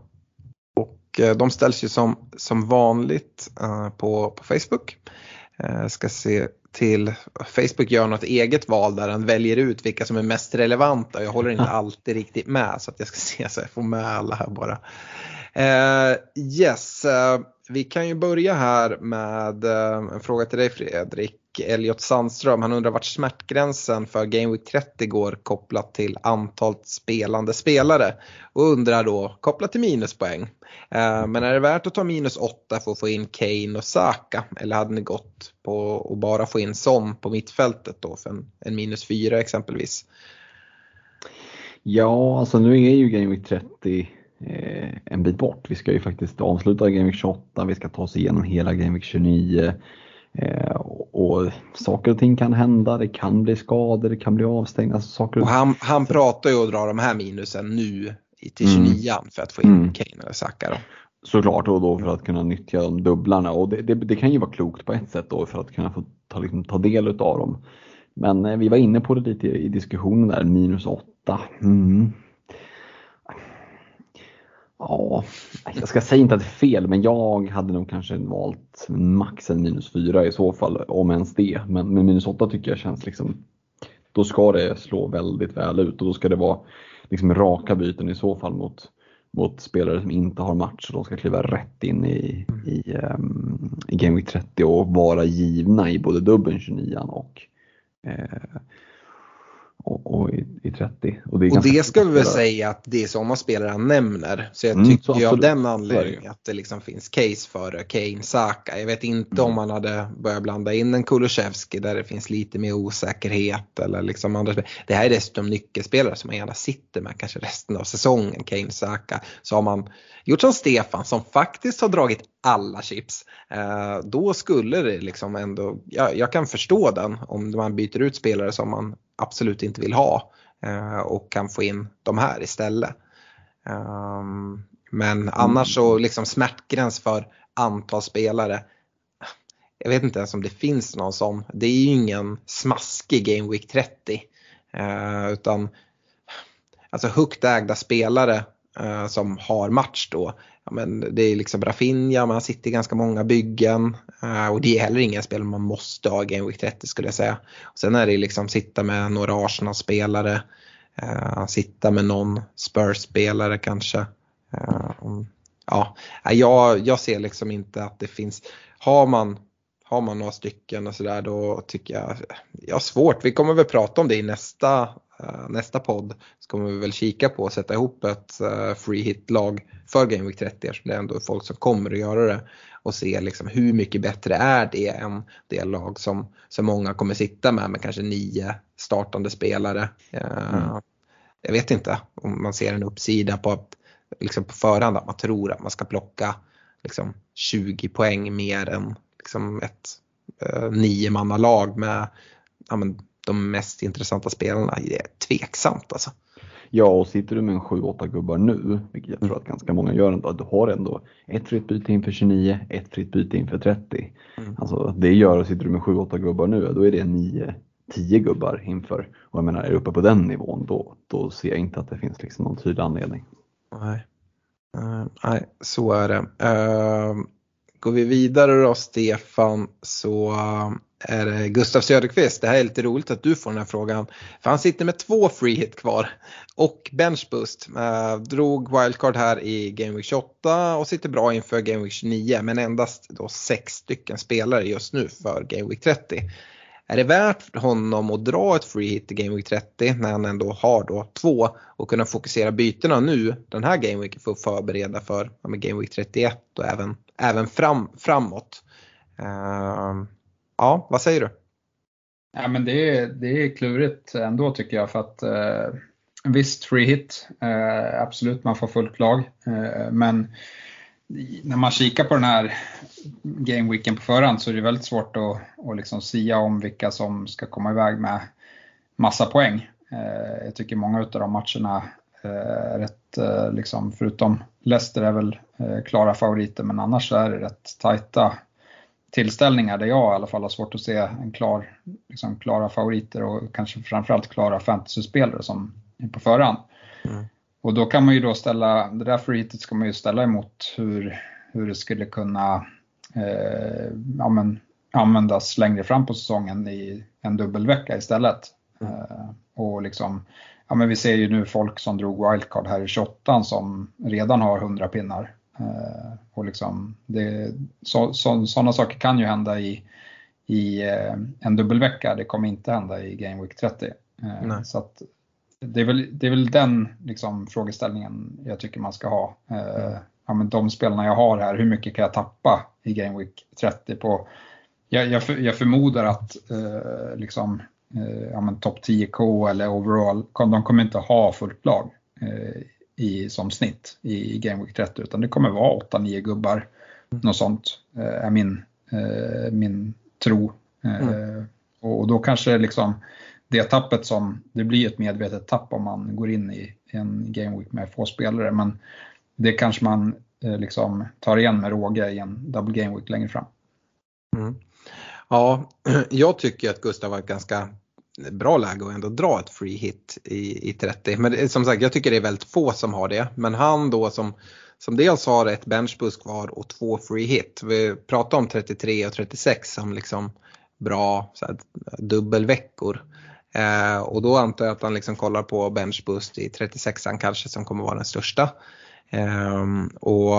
och uh, de ställs ju som, som vanligt uh, på, på Facebook. Jag uh, ska se till Facebook gör något eget val där den väljer ut vilka som är mest relevanta. Jag håller inte alltid riktigt med så att jag ska se så jag får med alla här bara. Uh, yes, uh, vi kan ju börja här med uh, en fråga till dig Fredrik. Elliot Sandström, han undrar vart smärtgränsen för Game Week trettio går kopplat till antalet spelande spelare och undrar då kopplat till minuspoäng. Eh, men är det värt att ta minus åtta för att få in Kane och Saka eller hade ni gått på att bara få in Son på mittfältet då för en, en minus fyra exempelvis? Ja, alltså nu är ju Game Week trettio eh, en bit bort. Vi ska ju faktiskt avsluta Game Week tjugoåtta, vi ska ta oss igenom hela Game Week tjugonio. Eh, och, och saker och ting kan hända, det kan bli skador, det kan bli avstängda alltså saker. Och han, han pratar ju och drar de här minusen nu till tjugonio mm. för att få in mm. Kane eller Saka då. Såklart, och då för att kunna nyttja de dubblarna och det, det, det kan ju vara klokt på ett sätt då för att kunna få ta, liksom, ta del av dem. Men eh, vi var inne på det lite i, i diskussionen där, minus åtta. Mm. Ja, jag ska säga inte att det är fel, men jag hade nog kanske valt max en minus fyra i så fall, om ens det. Men, men minus åtta tycker jag känns liksom, då ska det slå väldigt väl ut och då ska det vara liksom raka byten i så fall mot, mot spelare som inte har match och de ska kliva rätt in i, i, um, i Game Week trettio och vara givna i både dubbeln tjugonio och eh, Och, och i, i trettio. Och det, och det ska vi väl säga att det är sådana spelare han nämner. Så jag mm, tycker så ju av den anledningen att det liksom finns case för Kane, Saka. Jag vet inte mm. om man hade börjat blanda in en Kulusevski där det finns lite mer osäkerhet. Eller liksom andra. Det här är dessutom nyckelspelare som man gärna sitter med kanske resten av säsongen. Kane, Saka. Så har man gjort som Stefan som faktiskt har dragit alla chips. Eh, då skulle det liksom ändå, ja, jag kan förstå den om man byter ut spelare som man absolut inte vill ha eh, och kan få in de här istället. Um, men mm. annars så liksom smärtgräns för antal spelare. Jag vet inte ens om det finns någon som. Det är ju ingen smaskig Game Week trettio. Uh, utan alltså högt ägda spelare uh, som har match då. Ja, men det är liksom Rafinha, man sitter i ganska många byggen uh, och det är heller ingen spelare man måste ha Game Week trettio skulle jag säga. Och sen är det liksom sitta med några Arsenal-spelare, uh, sitta med någon Spurs-spelare kanske. Uh, um, ja, jag, jag ser liksom inte att det finns, har man Har man några stycken och sådär, då tycker jag, jag har svårt. Vi kommer väl prata om det i nästa, uh, nästa podd. Så kommer vi väl kika på och sätta ihop ett uh, free hit-lag för Game Week trettio. Så det är ändå folk som kommer att göra det. Och se liksom hur mycket bättre är det än det lag som, som många kommer sitta med. Med kanske nio startande spelare. Uh, mm. Jag vet inte om man ser en uppsida på, att, liksom på förhand att man tror att man ska plocka liksom tjugo poäng mer än liksom ett eh, nio manna lag med ja, men, de mest intressanta spelarna. Det är tveksamt alltså. Ja, och sitter du med en sju åtta gubbar nu, vilket jag tror att ganska många gör ändå, att du har ändå ett fritt byte inför tjugonio, ett fritt byte inför trettio. Mm. Alltså det gör att sitter du med sju åtta gubbar nu, då är det nio tio gubbar inför. Och jag menar, är du uppe på den nivån, då, då ser jag inte att det finns liksom någon tydlig anledning. Nej, uh, nej så är det. Uh... Går vi vidare då Stefan, så är det Gustav Söderqvist. Det här är lite roligt att du får den här frågan. För han sitter med två free hit kvar och benchboost. Eh, drog wildcard här i Game Week tjugoåtta och sitter bra inför Game Week tjugonio. Men endast då sex stycken spelare just nu för Game Week trettio. Är det värt honom att dra ett free hit i Game Week trettio när han ändå har då två och kunna fokusera bytena nu den här Game Week för att förbereda för ja, Game Week trettioett och även, även fram, framåt? Uh, ja, vad säger du? Ja, men det är, det är klurigt ändå tycker jag, för att uh, visst free hit, uh, absolut man får fullt lag, uh, men när man kikar på den här gameweeken på förhand så är det väldigt svårt att, att liksom sia om vilka som ska komma iväg med massa poäng. Jag tycker många av de matcherna är rätt, liksom, förutom Leicester är väl klara favoriter, men annars så är det rätt tajta tillställningar där jag i alla fall har svårt att se en klar, liksom, klara favoriter och kanske framförallt klara fantasyspelare som är på förhand. Mm. Och då kan man ju då ställa, det där free hitet ska man ju ställa emot hur, hur det skulle kunna eh, ja, men, användas längre fram på säsongen i en dubbelvecka istället. Mm. Eh, och liksom, ja men vi ser ju nu folk som drog wildcard här i tjugoåtta som redan har hundra pinnar. Eh, och liksom, det, så, så, sådana saker kan ju hända i, i eh, en dubbelvecka, det kommer inte hända i Game Week trettio. Eh, så att Det är, väl, det är väl den liksom, frågeställningen jag tycker man ska ha. Eh, ja, men de spelarna jag har här, hur mycket kan jag tappa i Game Week trettio på? Jag, jag, för, jag förmodar att eh, liksom, eh, ja, men topp tio K eller overall, de kommer inte ha fullt lag eh, i, som snitt i, i Game Week trettio, utan det kommer vara åtta nio gubbar. Mm. Något sånt eh, är min, eh, min tro. Eh, mm. och, och då kanske liksom det tappet som, det blir ett medvetet tapp om man går in i en Game Week med få spelare, men det kanske man eh, liksom tar igen med råga i en double Game Week längre fram. Mm. Ja, jag tycker att Gustav var ett ganska bra läge att ändå dra ett free hit i, i trettio. Men det, som sagt, jag tycker det är väldigt få som har det. Men han då som, som dels har ett benchboost kvar och två free hit. Vi pratar om trettiotre och trettiosex som liksom bra så här, dubbelveckor. Eh, och då antar jag att han liksom kollar på bench boost i trettiosexan kanske, som kommer vara den största. Eh, och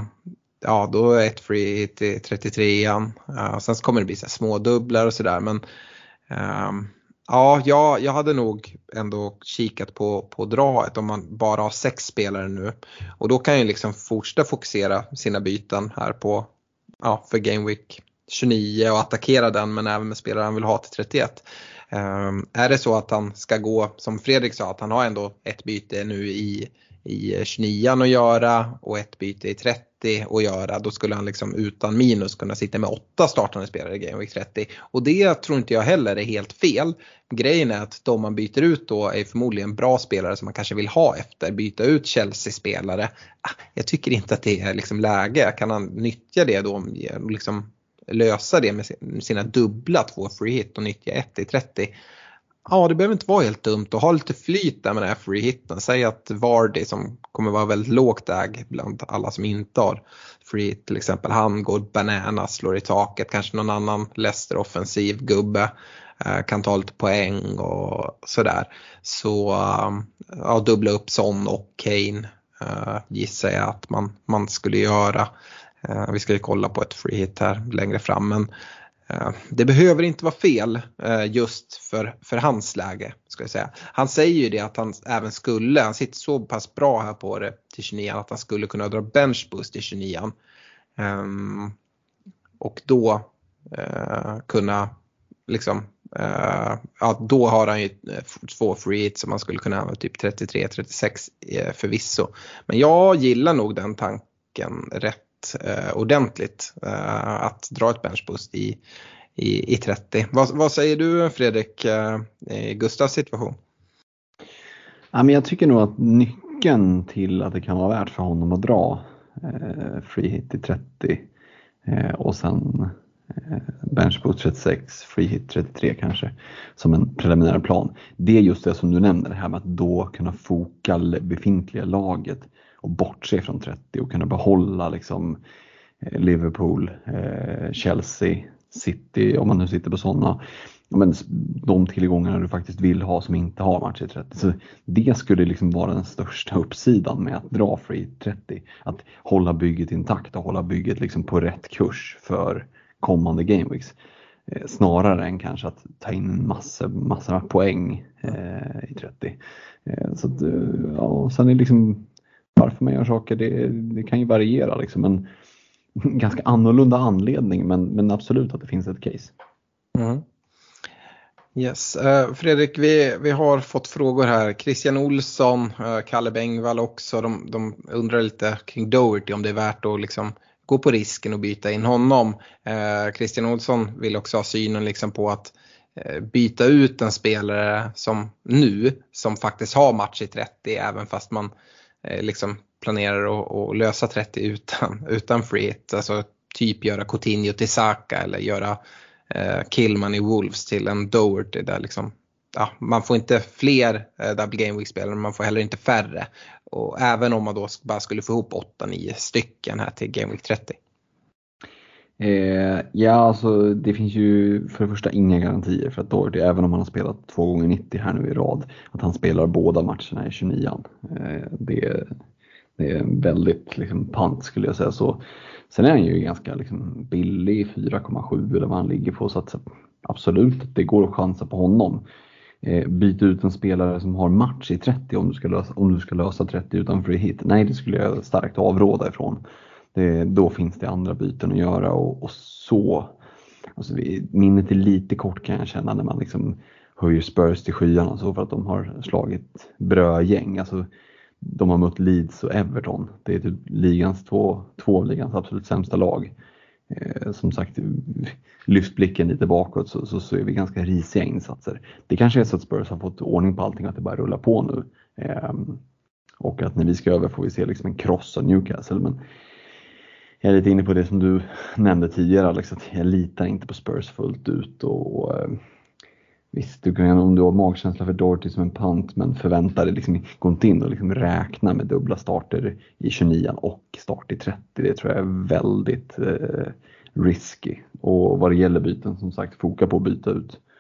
ja, då är ett free hit i trettiotrean. Eh, sen så kommer det bli så här små dubblar och sådär. Men eh, ja, jag, jag hade nog ändå kikat på, på draget om man bara har sex spelare nu. Och då kan ju liksom fortsätta fokusera sina byten här på, ja, för Game Week tjugonio och attackera den, men även med spelare han vill ha till trettioett. Um, är det så att han ska gå, som Fredrik sa, att han har ändå ett byte nu i, i tjugonio att göra och ett byte i trettio att göra, då skulle han liksom utan minus kunna sitta med åtta startande spelare i Game Week trettio. Och det tror inte jag heller är helt fel. Grejen är att de man byter ut då är förmodligen bra spelare som man kanske vill ha efter. Byta ut Chelsea-spelare, jag tycker inte att det är liksom läge. Kan han nyttja det då, liksom lösa det med sina dubbla två free hit och nyttja ett i trettio? Ja, det behöver inte vara helt dumt att ha lite flyt där med den här free hitten. Säg att Vardy, som kommer vara väldigt lågt äg bland alla som inte har free hit till exempel, han går bananas, slår i taket, kanske någon annan Leicester offensiv gubbe eh, kan ta lite poäng och sådär. Så eh, ja, dubbla upp Son och Kane eh, gissar jag att man, man skulle göra. Uh, vi ska ju kolla på ett free hit här längre fram, men uh, det behöver inte vara fel uh, just för, för hans läge, ska jag säga. Han säger ju det att han även skulle, han sitter så pass bra här på det till tjugonio att han skulle kunna dra bench boost i tjugonio. Um, och då uh, kunna liksom, uh, ja, då har han ju två free hits som man skulle kunna använda typ trettiotre trettiosex uh, förvisso. Men jag gillar nog den tanken rätt Eh, ordentligt eh, att dra ett benchboost i, i, i trettio. Vad, vad säger du, Fredrik, eh, i Gustavs situation? Ja, men jag tycker nog att nyckeln till att det kan vara värt för honom att dra eh, free hit i trettio eh, och sen eh, benchboost trettiosex, free hit trettiotre kanske som en preliminär plan. Det är just det som du nämner, det här med att då kunna foka befintliga laget och bortse från trettio och kunna behålla liksom Liverpool, eh, Chelsea, City, om man nu sitter på sådana, men de tillgångarna du faktiskt vill ha som inte har match i trettio. Så det skulle liksom vara den största uppsidan med att dra free trettio. Att hålla bygget intakt och hålla bygget liksom på rätt kurs för kommande gameweeks. Eh, snarare än kanske att ta in massor, massor av poäng eh, i trettio. Eh, så att, ja, sen är det liksom varför man gör saker, det, det kan ju variera liksom, en ganska annorlunda anledning, men, men absolut att det finns ett case. Mm. Yes. Uh, Fredrik, vi, vi har fått frågor här. Christian Olsson, uh, Kalle Bengvall också, de, de undrar lite kring Doherty, om det är värt att liksom gå på risken och byta in honom. Uh, Christian Olsson vill också ha synen liksom på att uh, byta ut en spelare som nu, som faktiskt har match i trettio, även fast man liksom planerar att, att lösa trettio utan, utan free hit. Alltså typ göra Coutinho till Saka eller göra eh, Killman i Wolves till en Doherty där liksom, ja, man får inte fler eh, double game week spelare, men man får heller inte färre. Och även om man då bara skulle få ihop åtta nio stycken här till game week trettio. Eh, ja, alltså det finns ju för det första inga garantier för att Doherty, även om han har spelat två gånger nittio här nu i rad, att han spelar båda matcherna i tjugonio. Eh, det, det är väldigt liksom pant, skulle jag säga så. Sen är han ju ganska liksom billig, fyra komma sju eller vad han ligger på, så att absolut, det går att chansa på honom. Eh, byta ut en spelare som har match i trettio om du ska lösa, om du ska lösa trettio utan free hit. Nej, det skulle jag starkt avråda ifrån. Det, då finns det andra byten att göra och, och så. Alltså vi, minnet är lite kort, kan jag känna, när man liksom höjer Spurs till skyarna så för att de har slagit brödgäng. Alltså, de har mött Leeds och Everton. Det är typ ligans två, två av ligans absolut sämsta lag. Eh, som sagt, lyft blicken lite bakåt så, så, så är vi ganska risiga insatser. Det kanske är så att Spurs har fått ordning på allting, att det bara rullar på nu. Eh, och att när vi ska över får vi se liksom en kross av Newcastle. Men jag är lite inne på det som du nämnde tidigare, Alex, att jag litar inte på Spurs fullt ut. Och eh, visst, du kan, om du har magkänsla för Doherty som en pant, men förväntar dig liksom, gå inte in och liksom räkna med dubbla starter i tjugonio och start i trettio. Det tror jag är väldigt eh, risky. Och vad det gäller byten, som sagt, foka på att byta ut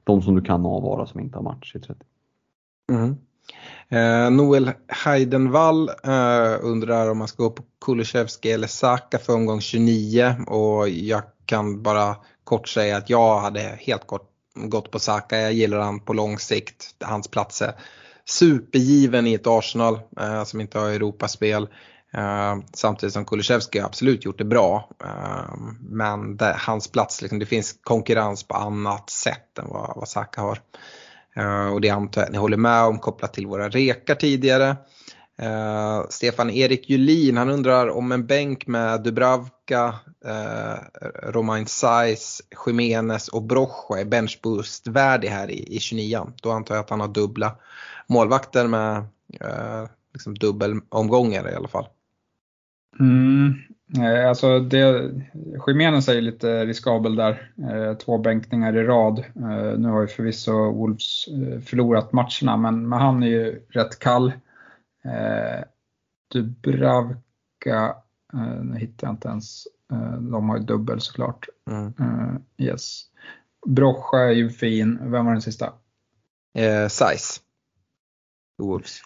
de som du kan avvara som inte har match i trettio. Mm. Eh, Noel Heidenvall eh, undrar om man ska gå på Kulusevski eller Saka för omgång tjugonio, och jag kan bara kort säga att jag hade helt kort gått på Saka. Jag gillar han på lång sikt. Hans plats är supergiven i ett Arsenal eh, som inte har Europaspel. Uh, samtidigt som Kulusevski har absolut gjort det bra, uh, men det, hans plats, liksom, det finns konkurrens på annat sätt än vad, vad Saka har, uh, och det antar jag att ni håller med om kopplat till våra rekar tidigare. uh, Stefan Erik Julin, han undrar om en bänk med Dubravka, uh, Romain Saiz, Jimenez och Brocha är benchboost värdig här i, i tjugonio. Då antar jag att han har dubbla målvakter med uh, liksom dubbel omgångar i alla fall. Mm, alltså det, Jimenez är lite riskabel där, två bänkningar i rad. Nu har ju förvisso Wolves förlorat matcherna, men, men han är ju rätt kall. Dubravka, nu hittar jag inte ens, de har ju dubbel såklart. Mm. Yes. Brocha är ju fin. Vem var den sista? Eh, Saiz. Wolves.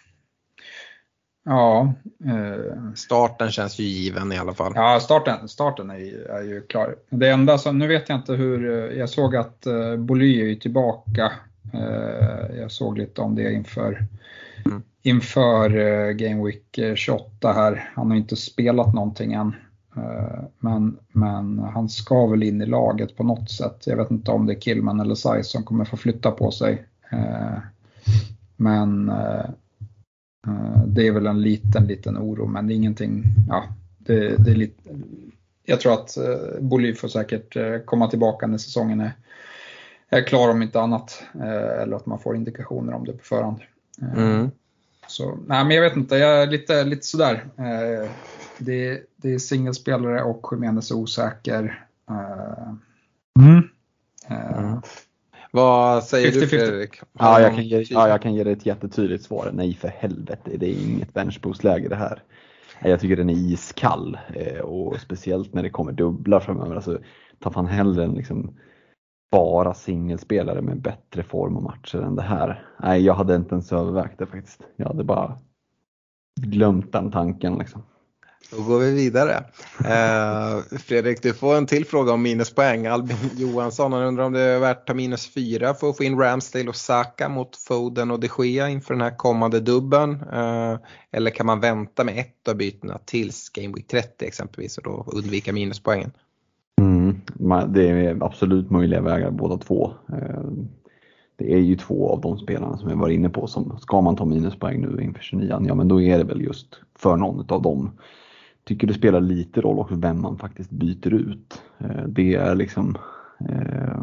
Ja, eh, starten känns ju given i alla fall. Ja, starten, starten är, ju, är ju klar. Det enda som, nu vet jag inte hur, jag såg att eh, Boly är ju tillbaka. Eh, jag såg lite om det inför, mm. inför eh, Game Week tjugoåtta här. Han har inte spelat någonting än. Eh, men, men han ska väl in i laget på något sätt. Jag vet inte om det är Kilman eller Saiz som kommer få flytta på sig. Eh, men... Eh, det är väl en liten, liten oro, men det är ingenting, ja, det, det är lite, jag tror att uh, Boly får säkert uh, komma tillbaka när säsongen är, är klar om inte annat, uh, eller att man får indikationer om det på förhand. Uh, mm. Så, nej, men jag vet inte, jag är lite, lite sådär. Uh, det, det är singelspelare och Jimenez osäker. Uh, mm. Uh, mm. Vad säger fifty fifty. Du, Fredrik? Ja, jag kan ge, ja, jag kan ge dig ett jättetydligt svar. Nej, för helvete. Det är inget benchboost-läge det här. Jag tycker den är iskall. Och speciellt när det kommer dubblar framöver. Alltså, ta fan hellre en liksom bara singelspelare med bättre form och matcher än det här. Nej, jag hade inte ens övervägt det faktiskt. Jag hade bara glömt den tanken liksom. Då går vi vidare. Eh, Fredrik, du får en till fråga om minuspoäng. Albin Johansson, han undrar om det är värt att ta minus fyra för att få in Ramsdale och Saka mot Foden och De Gea inför den här kommande dubben. Eh, eller kan man vänta med ett av bytena tills Game Week trettio exempelvis och då undvika minuspoängen? Mm, det är absolut möjliga vägar båda två. Eh, det är ju två av de spelarna som jag var inne på som ska man ta minuspoäng nu inför tjugonio, ja men då är det väl just för någon av dem. Tycker det spelar lite roll också vem man faktiskt byter ut. Det är liksom eh,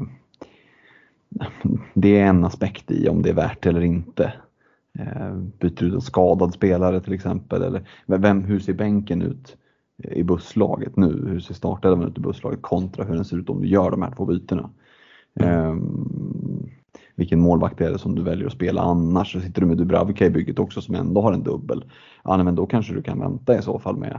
det är en aspekt i om det är värt eller inte. Eh, byter ut en skadad spelare till exempel, eller vem, hur ser bänken ut i busslaget nu? Hur ser startelvan ut i busslaget kontra hur den ser ut om du gör de här två bytena? Eh, vilken målvakt är det som du väljer att spela annars? Så sitter du med Dubravka i bygget också som ändå har en dubbel. Ja, men då kanske du kan vänta i så fall med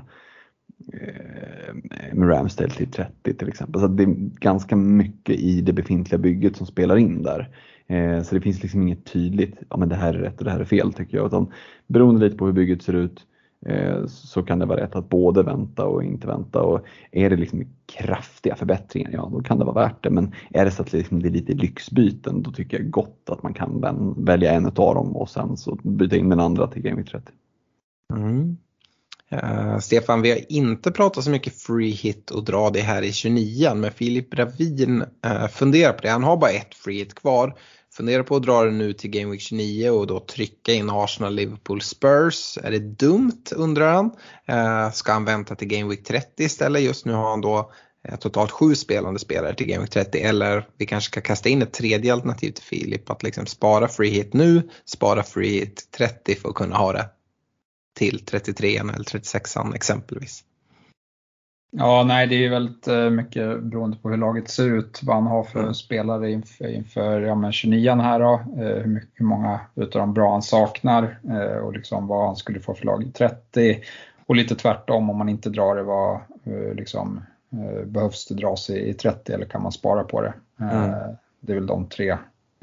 med Ramsdale till trettio till exempel. Så det är ganska mycket i det befintliga bygget som spelar in där. Så det finns liksom inget tydligt, ja men det här är rätt och det här är fel tycker jag. Utan beroende lite på hur bygget ser ut så kan det vara rätt att både vänta och inte vänta. Och är det liksom kraftiga förbättringar, ja då kan det vara värt det. Men är det så att det liksom är lite lyxbyten, då tycker jag gott att man kan välja en av dem och sen så byta in den andra till Game Week trettio. Mm. Uh, Stefan, vi har inte pratat så mycket free hit och dra det här i tjugonio, men Filip Ravin uh, funderar på det. Han har bara ett free hit kvar. Funderar på att dra det nu till Game Week tjugonio och då trycka in Arsenal, Liverpool, Spurs. Är det dumt, undrar han. Uh, ska han vänta till Game Week trettio istället? Just nu har han då uh, totalt sju spelande spelare till Game Week trettio. Eller vi kanske ska kasta in ett tredje alternativ till Filip. Att liksom spara free hit nu, spara free hit trettio för att kunna ha det till trettiotre eller trettiosex exempelvis. Ja, nej, det är väldigt mycket beroende på hur laget ser ut, vad han har för mm. spelare inför, inför ja, men tjugonio här då, hur, mycket, hur många utav dem bra han saknar och liksom vad han skulle få för lag i trettio, och lite tvärtom om man inte drar det, vad liksom, behövs det dras i trettio eller kan man spara på det? Mm. Det är väl de tre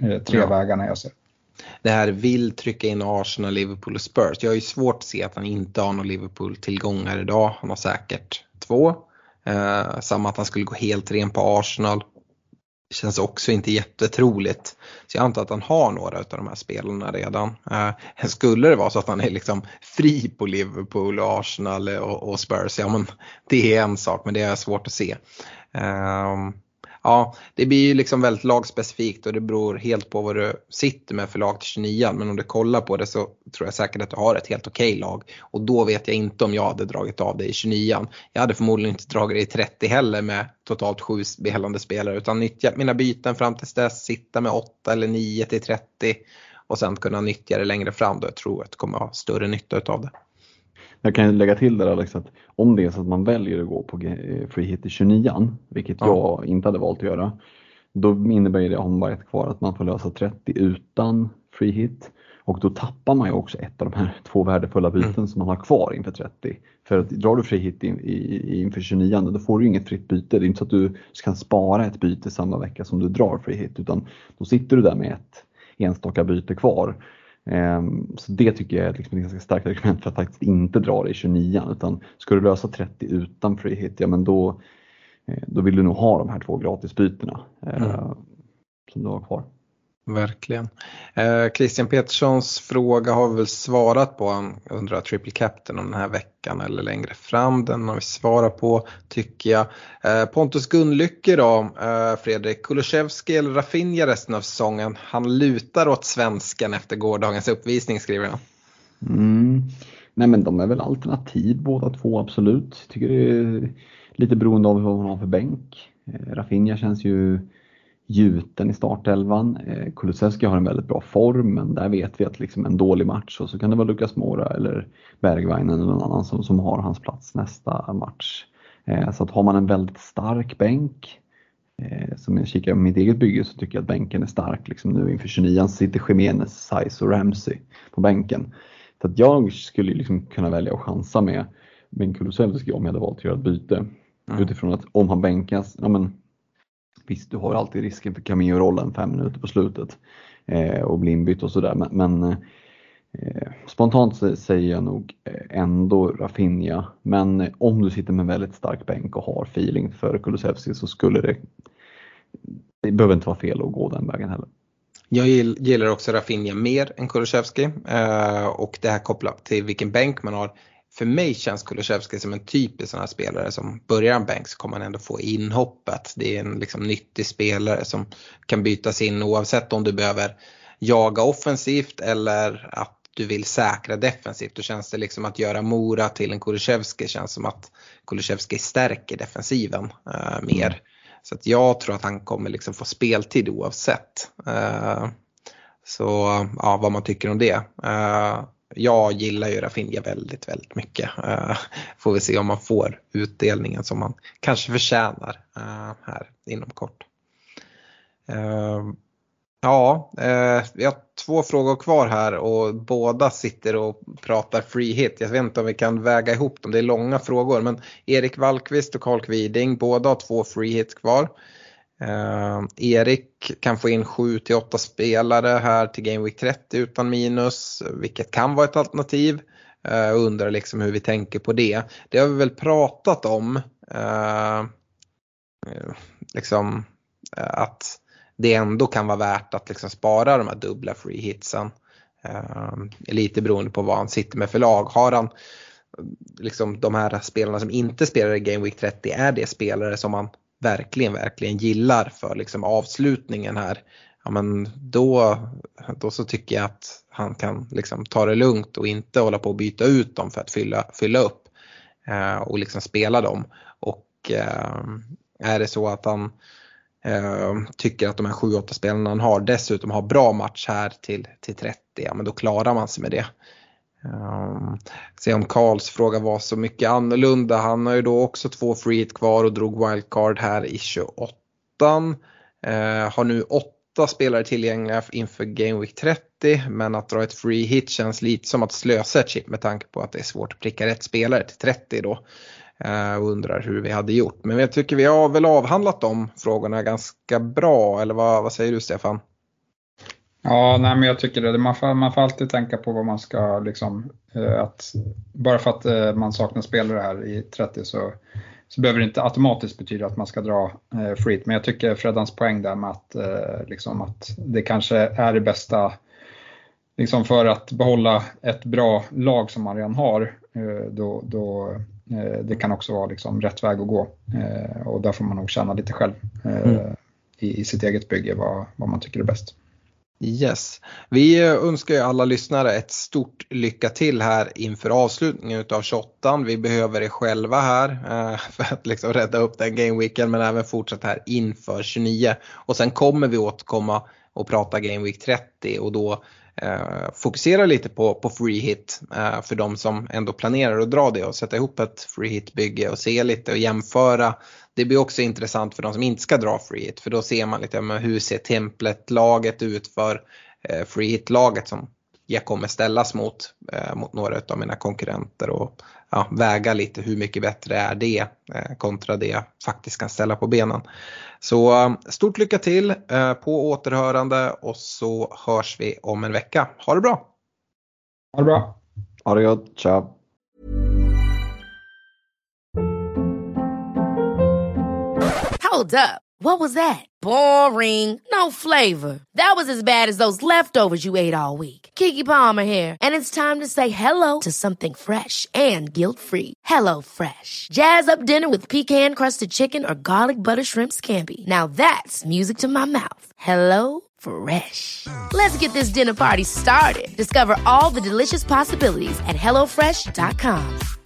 eh, tre ja. vägarna jag ser. Det här vill trycka in Arsenal, Liverpool och Spurs. Jag är ju svårt att se att han inte har någon Liverpool-tillgångar idag. Han har säkert två. Eh, samma att han skulle gå helt ren på Arsenal. Känns också inte jättetroligt. Så jag antar att han har några av de här spelarna redan. Eh, skulle det vara så att han är liksom fri på Liverpool och Arsenal och, och Spurs, ja men det är en sak, men det är svårt att se. Eh, ja, det blir ju liksom väldigt lagspecifikt och det beror helt på vad du sitter med för lag till tjugonio. Men om du kollar på det så tror jag säkert att du har ett helt okej lag. Och då vet jag inte om jag hade dragit av det i tjugonio. Jag hade förmodligen inte dragit det i trettio heller med totalt sju spelande spelare. Utan nyttja mina byten fram till dess, sitta med åtta eller nio till trettio. Och sen kunna nyttja det längre fram då jag tror att jag kommer ha större nytta av det. Jag kan lägga till där Alex att om det är så att man väljer att gå på free hit i tjugonio, vilket ja. jag inte hade valt att göra, då innebär det om bara ett kvar att man får lösa trettio utan free hit. Och då tappar man ju också ett av de här två värdefulla byten mm. som man har kvar inför trettio. För att drar du free hit in, i, inför tjugonio, då får du inget fritt byte. Det är inte så att du kan spara ett byte samma vecka som du drar free hit, utan då sitter du där med ett enstaka byte kvar. Så det tycker jag är liksom ett ganska starkt argument för att faktiskt inte dra det i tjugonio, utan ska du lösa trettio utan free hit, ja men då, då vill du nog ha de här två gratisbytena mm. som du har kvar. Verkligen. Eh, Christian Peterssons fråga har vi väl svarat på. Han undrar triple captain om den här veckan eller längre fram. Den har vi svarat på tycker jag. Eh, Pontus Gunnlycke då. Eh, Fredrik Kulusevski eller Rafinha resten av säsongen. Han lutar åt svenskan efter gårdagens uppvisning, skriver han. Mm. Nej men de är väl alternativ båda två, absolut. Tycker det är lite beroende av vad man har för bänk. Eh, Rafinha känns ju gjuten i startelvan. Eh, Kulusevski har en väldigt bra form, men där vet vi att liksom en dålig match, och så kan det vara Lucas Moura eller Bergwijn eller någon annan som, som har hans plats nästa match. Eh, så att har man en väldigt stark bänk, eh, som jag kikar på mitt eget bygge, så tycker jag att bänken är stark. Liksom nu inför tjugonio sitter Jimenez, Saiz och Ramsey på bänken. Så att jag skulle liksom kunna välja att chansa med, med Kulusevski om jag hade valt att göra ett byte. Mm. Utifrån att om han bänkas, ja men visst, du har alltid risken för cameo-rollen fem minuter på slutet eh, och bli inbytt och sådär. Men, men eh, spontant säger jag nog ändå Rafinha. Men om du sitter med väldigt stark bänk och har feeling för Kulusevski, så skulle det, det behöver inte vara fel att gå den vägen heller. Jag gillar också Rafinha mer än Kulusevski. Eh, och det här kopplat till vilken bänk man har. För mig känns Kulusevski som en typisk sån här spelare som börjar en bänk så kommer man ändå få inhoppet. Det är en liksom nyttig spelare som kan bytas in oavsett om du behöver jaga offensivt eller att du vill säkra defensivt. Då känns det liksom att göra Moura till en Kulusevski känns som att Kulusevski stärker defensiven uh, mer. Mm. Så att jag tror att han kommer liksom få speltid oavsett. Uh, så ja, vad man tycker om det. Uh, Jag gillar ju Rafinha väldigt, väldigt mycket. Uh, får vi se om man får utdelningen som man kanske förtjänar uh, här inom kort. Uh, ja, uh, vi har två frågor kvar här och båda sitter och pratar free hit. Jag vet inte om vi kan väga ihop dem, det är långa frågor. Men Erik Wallqvist och Carl Kviding, båda har två free hit kvar. Uh, Erik kan få in sju till åtta spelare här till Game Week trettio utan minus, vilket kan vara ett alternativ. Uh, undrar liksom hur vi tänker på det. Det har vi väl pratat om. Uh, liksom uh, att det ändå kan vara värt att liksom spara de här dubbla free hitsen. Uh, lite beroende på vad han sitter med för lag. Har han liksom de här spelarna som inte spelar i Game Week trettio, är det spelare som man verkligen, verkligen gillar för liksom avslutningen här, ja men då, då så tycker jag att han kan liksom ta det lugnt och inte hålla på att byta ut dem för att fylla, fylla upp eh, och liksom spela dem. Och eh, är det så att han eh, tycker att de här sju åtta spelarna han har dessutom har bra match här till, till trettio, ja men då klarar man sig med det. Um, se om Karls fråga var så mycket annorlunda. Han har ju då också två free hit kvar och drog wildcard här i tjugoåtta. uh, Har nu åtta spelare tillgängliga inför Game Week trettio. Men att dra ett free hit känns lite som att slösa ett chip med tanke på att det är svårt att pricka rätt spelare till trettio då. uh, Undrar hur vi hade gjort. Men jag tycker vi har väl avhandlat de frågorna ganska bra. Eller vad, vad säger du, Stefan? Ja, nej, men jag tycker det. Man får, man får alltid tänka på vad man ska liksom, eh, att bara för att eh, man saknar spelare här i trettio så, så behöver det inte automatiskt betyda att man ska dra eh, free hit. Men jag tycker Freddans poäng där med att, eh, liksom att det kanske är det bästa liksom för att behålla ett bra lag som man redan har, eh, då, då eh, det kan också vara liksom rätt väg att gå. Eh, och där får man nog känna lite själv eh, mm. i, i sitt eget bygge vad, vad man tycker är bäst. Yes. Vi önskar ju alla lyssnare ett stort lycka till här inför avslutningen av tjugoåttan. Vi behöver er själva här eh, för att liksom rädda upp den gameweeken, men även fortsätta här inför tjugonio. Och sen kommer vi återkomma och prata Game Week trettio och då eh, fokusera lite på, på free hit eh, för de som ändå planerar att dra det och sätta ihop ett free hit bygge och se lite och jämföra. Det blir också intressant för de som inte ska dra free hit, för då ser man lite med hur ser templet-laget ut för eh, free hit-laget som jag kommer ställas mot, eh, mot några av mina konkurrenter och ja, väga lite hur mycket bättre är det eh, kontra det jag faktiskt kan ställa på benen. Så eh, stort lycka till eh, på återhörande och så hörs vi om en vecka. Ha det bra! Ha det bra! Ha det gott, ciao! Hold up. What was that? Boring. No flavor. That was as bad as those leftovers you ate all week. Keke Palmer here, and it's time to say hello to something fresh and guilt-free. Hello Fresh. Jazz up dinner with pecan-crusted chicken or garlic butter shrimp scampi. Now that's music to my mouth. Hello Fresh. Let's get this dinner party started. Discover all the delicious possibilities at hello fresh dot com.